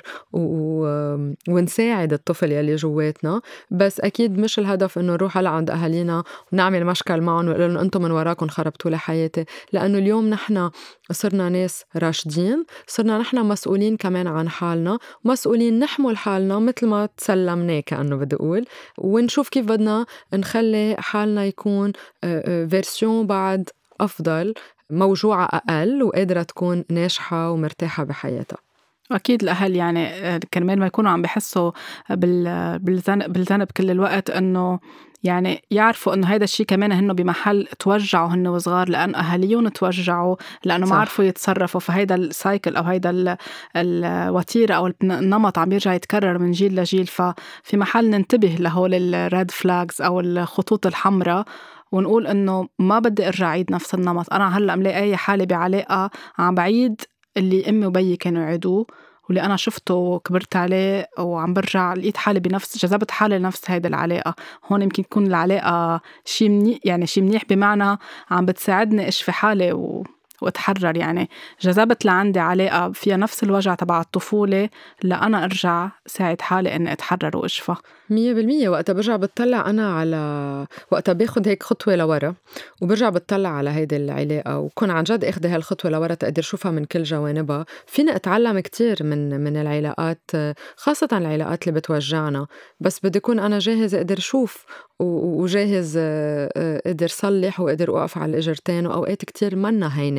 ونساعد الطفل يلي جواتنا، بس أكيد مش الهدف إنه نروح على عند أهالينا ونعمل مشكل معهم ونقول لهم أنتم من وراكم خربتوا لي حياتي، لأنه اليوم نحن صرنا ناس راشدين، صرنا نحن مسؤولين كمان عن حالنا، مسؤولين نحمل حالنا مثل ما تسلمناه كأنه بدي أقول، ونشوف كيف بدنا نخلي حالنا يكون فيرسيون بعد أفضل، موجوعة أقل وقادرة تكون ناجحة ومرتاحة بحياتها. أكيد الأهل يعني كرمال ما يكونوا عم بيحسوا بالذنب بالذنب كل الوقت، إنه يعني يعرفوا إنه هيدا الشيء كمان هنو بمحل توجعوا هن وصغار لأن أهاليون توجعوا لأنه ما عرفوا يتصرفوا، فهيدا السايكل أو هيدا الوتيرة أو النمط عم يرجع يتكرر من جيل لجيل. ففي محل ننتبه لهول الريد فلاجز أو الخطوط الحمراء ونقول إنه ما بدي أرجع عيد نفس النمط. أنا هلأ ملاقي حالي بعلاقة عم بعيد اللي أمي وبيي كانوا يعيدوه واللي أنا شفته وكبرت عليه، وعم برجع لقيت حالي بنفس جذبت حالي لنفس هيدا العلاقة. هون يمكن تكون العلاقة شي منيح، يعني شي منيح بمعنى عم بتساعدني أشفي حالي و... واتحرر. يعني جذبت لعندي علاقة فيها نفس الوجع تبع الطفولة لأنا أرجع ساعد حالي أني أتحرر وأشفى. مية بالمية. وقتها برجع بتطلع أنا على وقتها باخد هيك خطوة لورا وبرجع بتطلع على هيدي العلاقة وكون عن جد أخذ هالخطوة لورا تقدر شوفها من كل جوانبها. فينا أتعلم كتير من من العلاقات، خاصة العلاقات اللي بتوجعنا، بس بدي أكون أنا جاهز أقدر شوف وجاهز أقدر صلح وأقدر أوقف على الإجرتين. وأوقات كتير منا هينة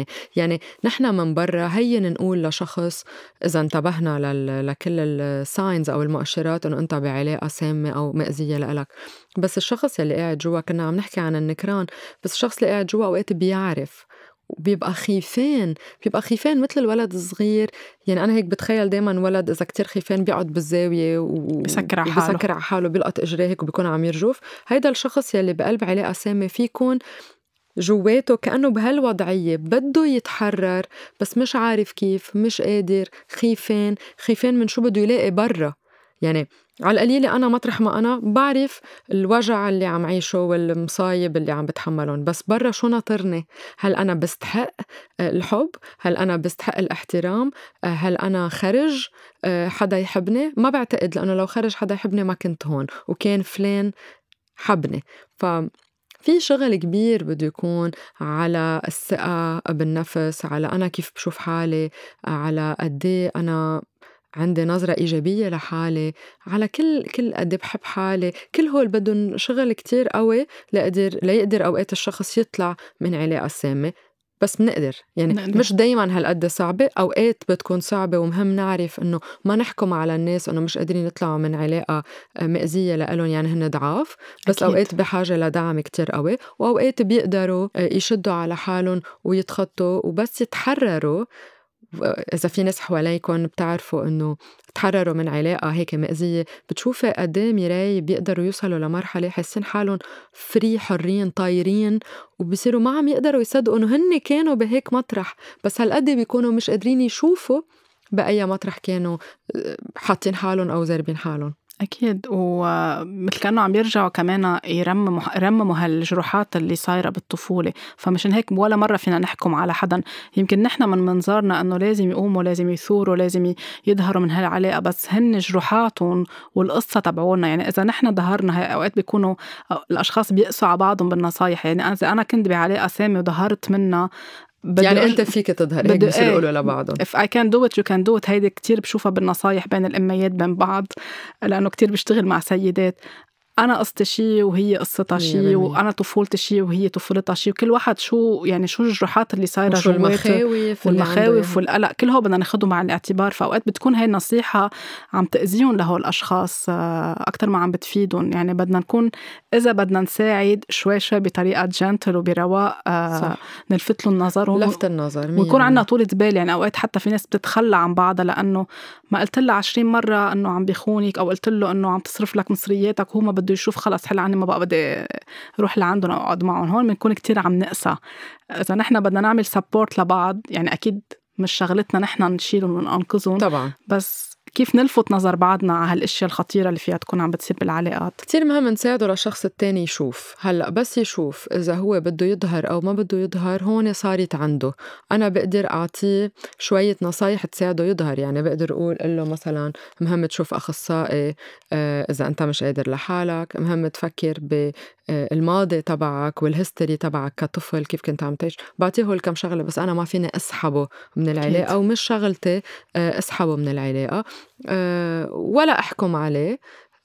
يعني نحن من برا هين نقول لشخص إذا انتبهنا لل... لكل الساينز أو المؤشرات إنه أنت بعلاقة سامة أو مأزية لإلك، بس الشخص يلي قاعد جوا، كنا عم نحكي عن النكران، بس الشخص اللي قاعد جوا أوقات بيعرف وبيبقى خيفان، بيبقى خيفان مثل الولد الصغير. يعني أنا هيك بتخيل دايما ولد إذا كتير خيفان بيقعد بالزاوية و... بسكر على حاله وبسكر على حاله، بيلقط إجريه هيك وبيكون عم يرجف. هيدا الشخص يلي بقلب علاقة سامة في يكون جواته كأنه بهالوضعية بده يتحرر بس مش عارف كيف، مش قادر، خيفان خيفان من شو بده يلاقي برا. يعني على القليلة أنا مطرح ما أنا بعرف الوجع اللي عم عيشه والمصايب اللي عم بتحملهم، بس برا شو ناطرني؟ هل أنا بستحق الحب؟ هل أنا بستحق الاحترام؟ هل أنا خرج حدا يحبني؟ ما بعتقد، لأنه لو خرج حدا يحبني ما كنت هون وكان فلان حبني. ف في شغل كبير بده يكون على الثقة بالنفس، على أنا كيف بشوف حالي، على قدي أنا عندي نظرة إيجابية لحالي، على كل كل قد بحب حالي. كل هول بدهم شغل كتير قوي لقدر ليقدر أوقات الشخص يطلع من علاقة سامة. بس منقدر يعني نقدر. مش دايما هالقد صعبة، أوقات بتكون صعبة، ومهم نعرف إنه ما نحكم على الناس إنه مش قادرين يطلعوا من علاقة مأزية لإلهم يعني هن ضعاف. بس أكيد. أوقات بحاجة لدعم كتير قوي، وأوقات بيقدروا يشدوا على حالهم ويتخطوا وبس يتحرروا. إذا في ناس حواليكم بتعرفوا إنه تحرروا من علاقة هيك مأزية، بتشوفي قدام مراي بيقدروا يوصلوا لمرحلة حاسين حالهم فري، حرين، طايرين، وبيصيروا ما عم يقدروا يصدقوا إنه هن كانوا بهيك مطرح، بس هالقد بيكونوا مش قادرين يشوفوا بأي مطرح كانوا حاطين حالهم أو زاربين حالهم. أكيد. ومثل كأنه عم يرجعوا كمان يرمموا يرمموا هالجروحات اللي صايرة بالطفولة. فمشان هيك ولا مرة فينا نحكم على حدا. يمكن نحن من منظارنا أنه لازم يقوموا، لازم يثوروا، لازم يظهروا من هالعلاقة، بس هن جروحاتهم والقصة تبعونا. يعني إذا نحن ظهرنا، هاي أوقات بيكونوا الأشخاص بيقسوا على بعضهم بالنصايح. يعني إذا أنا كنت بعلاقة سامة وظهرت منها، يعني أنت فيك تظهر هيك بيصيروا يقولوا لبعضهم if I can do it you can do it. هيدي كتير بشوفها بالنصايح بين الأميات بين بعض، لأنه كتير بيشتغل مع سيدات. أنا قصتي شي وهي قصتها شي، وأنا طفولتي شي وهي طفولتها شي، وكل واحد شو يعني شو الجروحات اللي صايرة جواته والمخاوف والمخاوف والقلق، كل هو بدنا ناخده مع الاعتبار. فأوقات بتكون هاي النصيحة عم تأذيهم لهول الأشخاص أكتر ما عم بتفيدهم. يعني بدنا نكون إذا بدنا نساعد شوي شوي بطريقة جنتل وبرواق، نلفت له النظر لفت النظر ويكون عنا طولة بال. يعني أوقات حتى في ناس بتتخلى عن بعضها لأنه ما قلت له عشرين مرة أنه عم بيخونك، أو قلت له أنه عم تصرف لك مصرياتك، وهو ما بده يشوف، خلص حل عني، ما بقى بدي روح لعندهم أو أقعد معهم. هون بنكون كتير عم نقسى. إذا نحن بدنا نعمل سبورت لبعض، يعني أكيد مش شغلتنا نحن نشيلهم وننقذهم طبعا، بس كيف نلفت نظر بعضنا على هالاشياء الخطيرة اللي فيها تكون عم بتصير بالعلاقات. كتير مهم نساعده للشخص التاني يشوف. هلأ بس يشوف إذا هو بده يظهر أو ما بده يظهر، هون صارت عنده. أنا بقدر أعطيه شوية نصايح تساعده يظهر. يعني بقدر أقول له مثلا مهم تشوف أخصائي إذا أنت مش قادر لحالك، مهم تفكر بالماضي تبعك والهستوري تبعك كطفل، كيف كنت عم تعيش. بعطيه الكم شغلة، بس أنا ما فيني أسحبه من العلاقة، أو مش شغلتي أسحبه من العلاقة ولا أحكم عليه.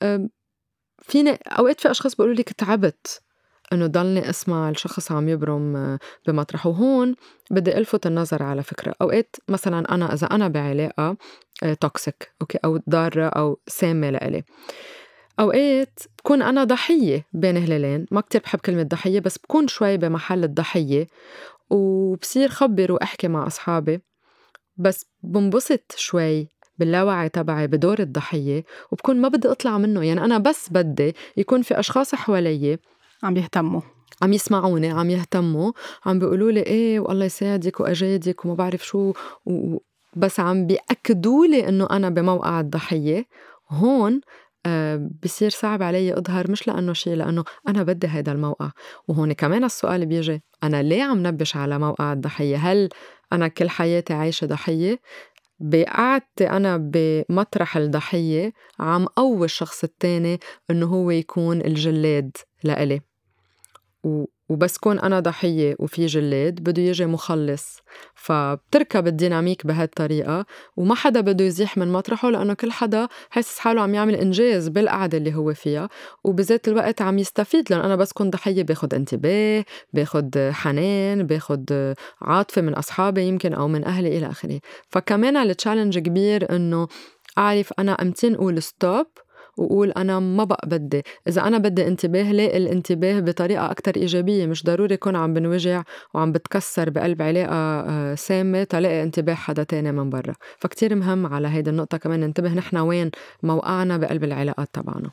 فيني أوقات في أشخاص بيقولوا لي تعبت إنه ضلني أسمع الشخص عم يبرم بمطرحه. وهون بدي ألفت النظر على فكرة. أوقات مثلا أنا إذا أنا بعلاقة توكسيك أوكي أو ضارة أو سامة لإلي، أوقات بكون أنا ضحية بين هلالين. ما كتير بحب كلمة ضحية، بس بكون شوي بمحل الضحية، وبصير خبر وأحكي مع أصحابي، بس بنبسط شوي باللاوعي تبعي بدور الضحية، وبكون ما بدي أطلع منه. يعني أنا بس بدي يكون في أشخاص حوالي عم يهتموا، عم يسمعوني، عم يهتموا، عم بيقولوا لي إيه والله يساعدك وأجادك وما بعرف شو، بس عم بيأكدوا لي إنه أنا بموقع الضحية. هون آه بصير صعب علي أظهر، مش لأنه شيء، لأنه أنا بدي هيدا الموقع. وهون كمان السؤال بيجي، أنا ليه عم نبش على موقع الضحية؟ هل أنا كل حياتي عايشة ضحية؟ بقعدت أنا بمطرح الضحية عم قوي الشخص التاني إنه هو يكون الجلاد لإلي، و وبس كون أنا ضحية وفي جلاد بده يجي مخلص، فبتركب الديناميك بهالطريقة وما حدا بده يزيح من مطرحه، لأنه كل حدا حاسس حاله عم يعمل إنجاز بالقعدة اللي هو فيها، وبذات الوقت عم يستفيد، لأن أنا بس كون ضحية باخد انتباه، باخد حنان، باخد عاطفة من أصحابي يمكن أو من أهلي إلى آخره. فكمان التشالنج كبير إنه أعرف أنا أمتين أقول ستوب وقول أنا ما بقى بدي. إذا أنا بدي انتباه لاقي الانتباه بطريقة أكتر إيجابية، مش ضروري يكون عم بنوجع وعم بتكسر بقلب علاقة سامة تلاقي انتباه حدا تاني من برا. فكتير مهم على هيدا النقطة كمان ننتبه نحن وين موقعنا بقلب العلاقات تبعنا.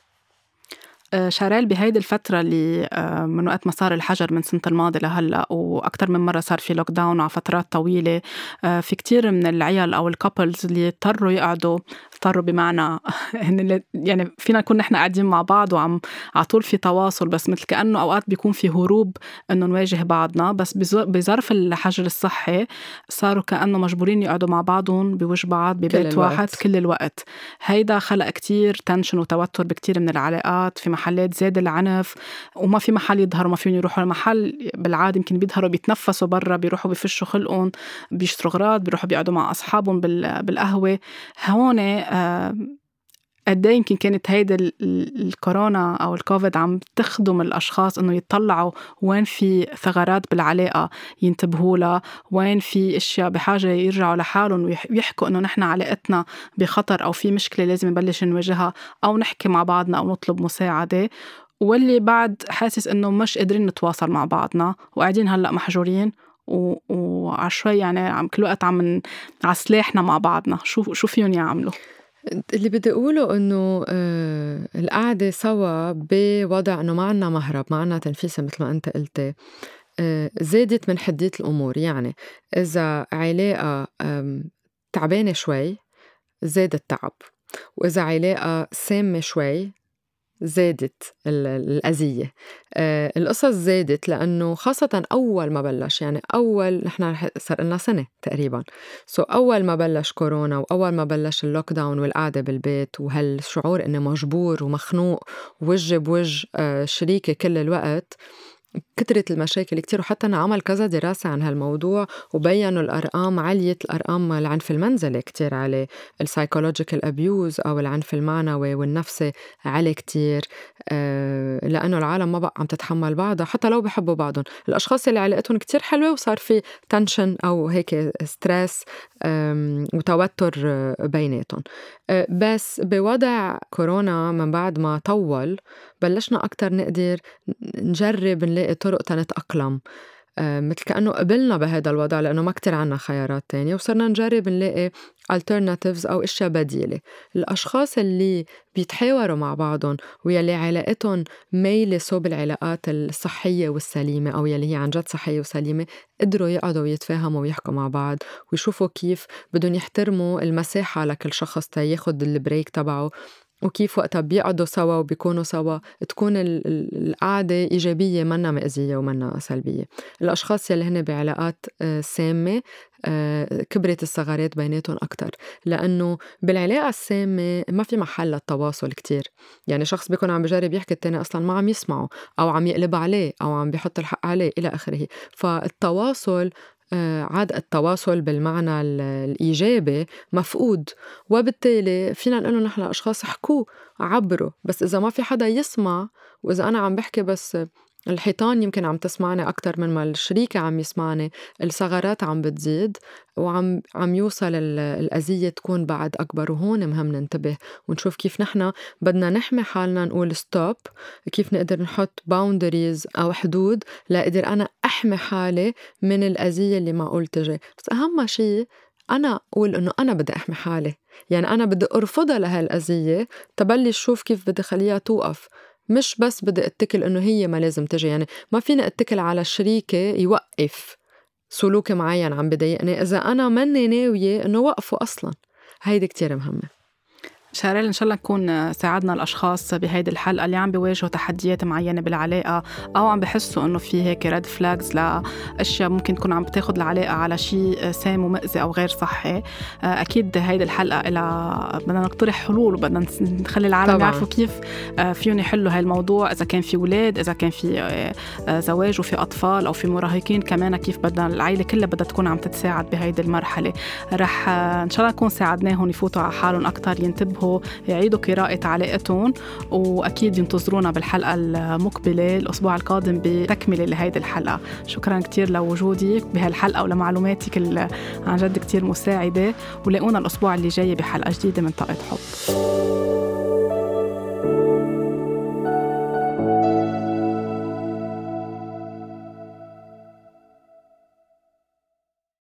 شاريل، بهيدي الفترة اللي من وقت ما صار الحجر من سنة الماضي لهلأ وأكتر من مرة صار في لوك داون على فترات طويلة، في كتير من العيال أو الكابلز اللي اضطروا يقعدوا، اضطروا بمعنى يعني فينا نكون نحن قاعدين مع بعض وعم عطول في تواصل، بس مثل كأنه أوقات بيكون في هروب إنه نواجه بعضنا، بس بظرف الحجر الصحي صاروا كأنه مجبورين يقعدوا مع بعضهم بوجه بعض ببيت واحد كل الوقت. هيدا خلق كتير تنشن وتوتر بكتير من العلاقات، في محلات زاد العنف وما في محل يظهروا، ما فيهم يروحوا المحل بالعادة، يمكن بيظهروا بيتنفسوا برا، بيروحوا بيفشوا خلقهم، بيشتروا غراض، بيروحوا بيقعدوا مع أصحابهم بالقهوة. هون آه قد ايه يمكن كانت هيدا الكورونا أو الكوفيد عم تخدم الأشخاص إنه يطلعوا وين في ثغرات بالعلاقة ينتبهوا لها، وين في أشياء بحاجة يرجعوا لحالهم ويحكوا إنه نحن علاقتنا بخطر أو في مشكلة لازم نبلش نواجهها، أو نحكي مع بعضنا أو نطلب مساعدة. واللي بعد حاسس إنه مش قادرين نتواصل مع بعضنا وقاعدين هلأ محجورين وعشوي يعني عم كل وقت عم على سلاحنا مع بعضنا. شو شو فيهم يعملوا؟ اللي بدي أقوله إنه آه القعدة سوا بوضع إنه ما عنا مهرب، ما عنا تنفيسة مثل ما أنت قلتي، آه زادت من حدية الأمور. يعني إذا علاقة تعبانة شوي زاد التعب، وإذا علاقة سامة شوي زادت الأذية. آه القصص زادت لأنه خاصة أول ما بلش، يعني أول نحن صار لنا سنة تقريبا، سو أول ما بلش كورونا وأول ما بلش اللوك داون والقعدة بالبيت وهالشعور إنه مجبور ومخنوق ووجه بوجه آه شريكي كل الوقت، كترت المشاكل كتير. وحتى أنا عمل كذا دراسة عن هالموضوع وبيّنوا الأرقام، عليت الأرقام العنف المنزلي كتير عليه، السايكولوجيكال أبيوز أو العنف المعنوي والنفسي عليه كتير، آه لأنه العالم ما بقى عم تتحمل بعضها حتى لو بيحبوا بعضهم. الأشخاص اللي علاقتهم كتير حلوة وصار في تنشن أو هيك ستريس وتوتر بيناتهم. آه بس بوضع كورونا من بعد ما طول بلشنا أكتر نقدر نجرب نلاقي طرق تنتأقلم، آه مثل كأنه قبلنا بهذا الوضع لأنه ما كتير عنا خيارات تانية، وصرنا نجرب نلاقي alternatives أو إشياء بديلة. الأشخاص اللي بيتحاوروا مع بعضهم ويلي علاقتهم ميلة صوب العلاقات الصحية والسليمة أو يلي هي عن جد صحية وسليمة، قدروا يقعدوا ويتفاهموا ويحكوا مع بعض ويشوفوا كيف بدهم يحترموا المساحة لكل شخص تا ياخد البريك تبعه، وكيف وقتها بيقعدوا سوا وبيكونوا سوا تكون القعدة إيجابية منا مأزية ومنا سلبية. الأشخاص يلي هن بعلاقات سامة كبرت الثغرات بيناتهم أكتر، لأنه بالعلاقة السامة ما في محل للتواصل كتير. يعني شخص بيكون عم بجرب يحكي التاني أصلاً ما عم يسمعه أو عم يقلب عليه أو عم بيحط الحق عليه إلى آخره. فالتواصل عاد التواصل بالمعنى الإيجابي مفقود، وبالتالي فينا نقول نحن أشخاص حكوا عبروا، بس إذا ما في حدا يسمع، وإذا أنا عم بحكي بس الحيطان يمكن عم تسمعني أكتر من ما الشريكة عم يسمعني، الثغرات عم بتزيد وعم عم يوصل الأذية تكون بعد أكبر. وهون مهم ننتبه ونشوف كيف نحن بدنا نحمي حالنا، نقول ستوب، كيف نقدر نحط باوندريز أو حدود لأقدر أنا أحمي حالي من الأذية اللي معقول تجي. بس أهم شيء أنا أقول إنه أنا بدي أحمي حالي، يعني أنا بدي أرفضها لهالأذية تبلش شوف كيف بدي خليها توقف، مش بس بدي أتكل إنه هي ما لازم تجي. يعني ما فينا أتكل على الشريكة يوقف سلوك معين عم بضايقني إذا أنا مني ناوية إنه وقفه أصلاً. هيدي كتير مهمة. شارل، إن شاء الله نكون ساعدنا الأشخاص بهيدي الحلقة اللي عم بيواجهوا تحديات معينة بالعلاقة، أو عم بحسوا إنه في هيك ريد فلاجز لأشياء ممكن تكون عم بتاخد العلاقة على شيء سام ومؤذي أو غير صحي. أكيد هيدي الحلقة إلى بدنا نقترح حلول وبدنا نخلي العالم طبعاً يعرفوا كيف فيهم يحلوا هاي الموضوع، إذا كان في أولاد، إذا كان في زواج وفي أطفال أو في مراهقين كمان، كيف بدنا العائلة كلها بدها تكون عم تتساعد بهيدي المرحلة. رح إن شاء الله نكون ساعدناهم يفوتوا على حالهم أكتر، ينتبهوا، يعيدوا قراءة علاقتهم، وأكيد ينتظرونا بالحلقة المقبلة الأسبوع القادم بتكملة لهيدي الحلقة. شكرا كتير لوجودك بهالحلقة ولمعلوماتك عن جد كتير مساعدة، ولاقونا الأسبوع اللي جاي بحلقة جديدة من طاقة حب.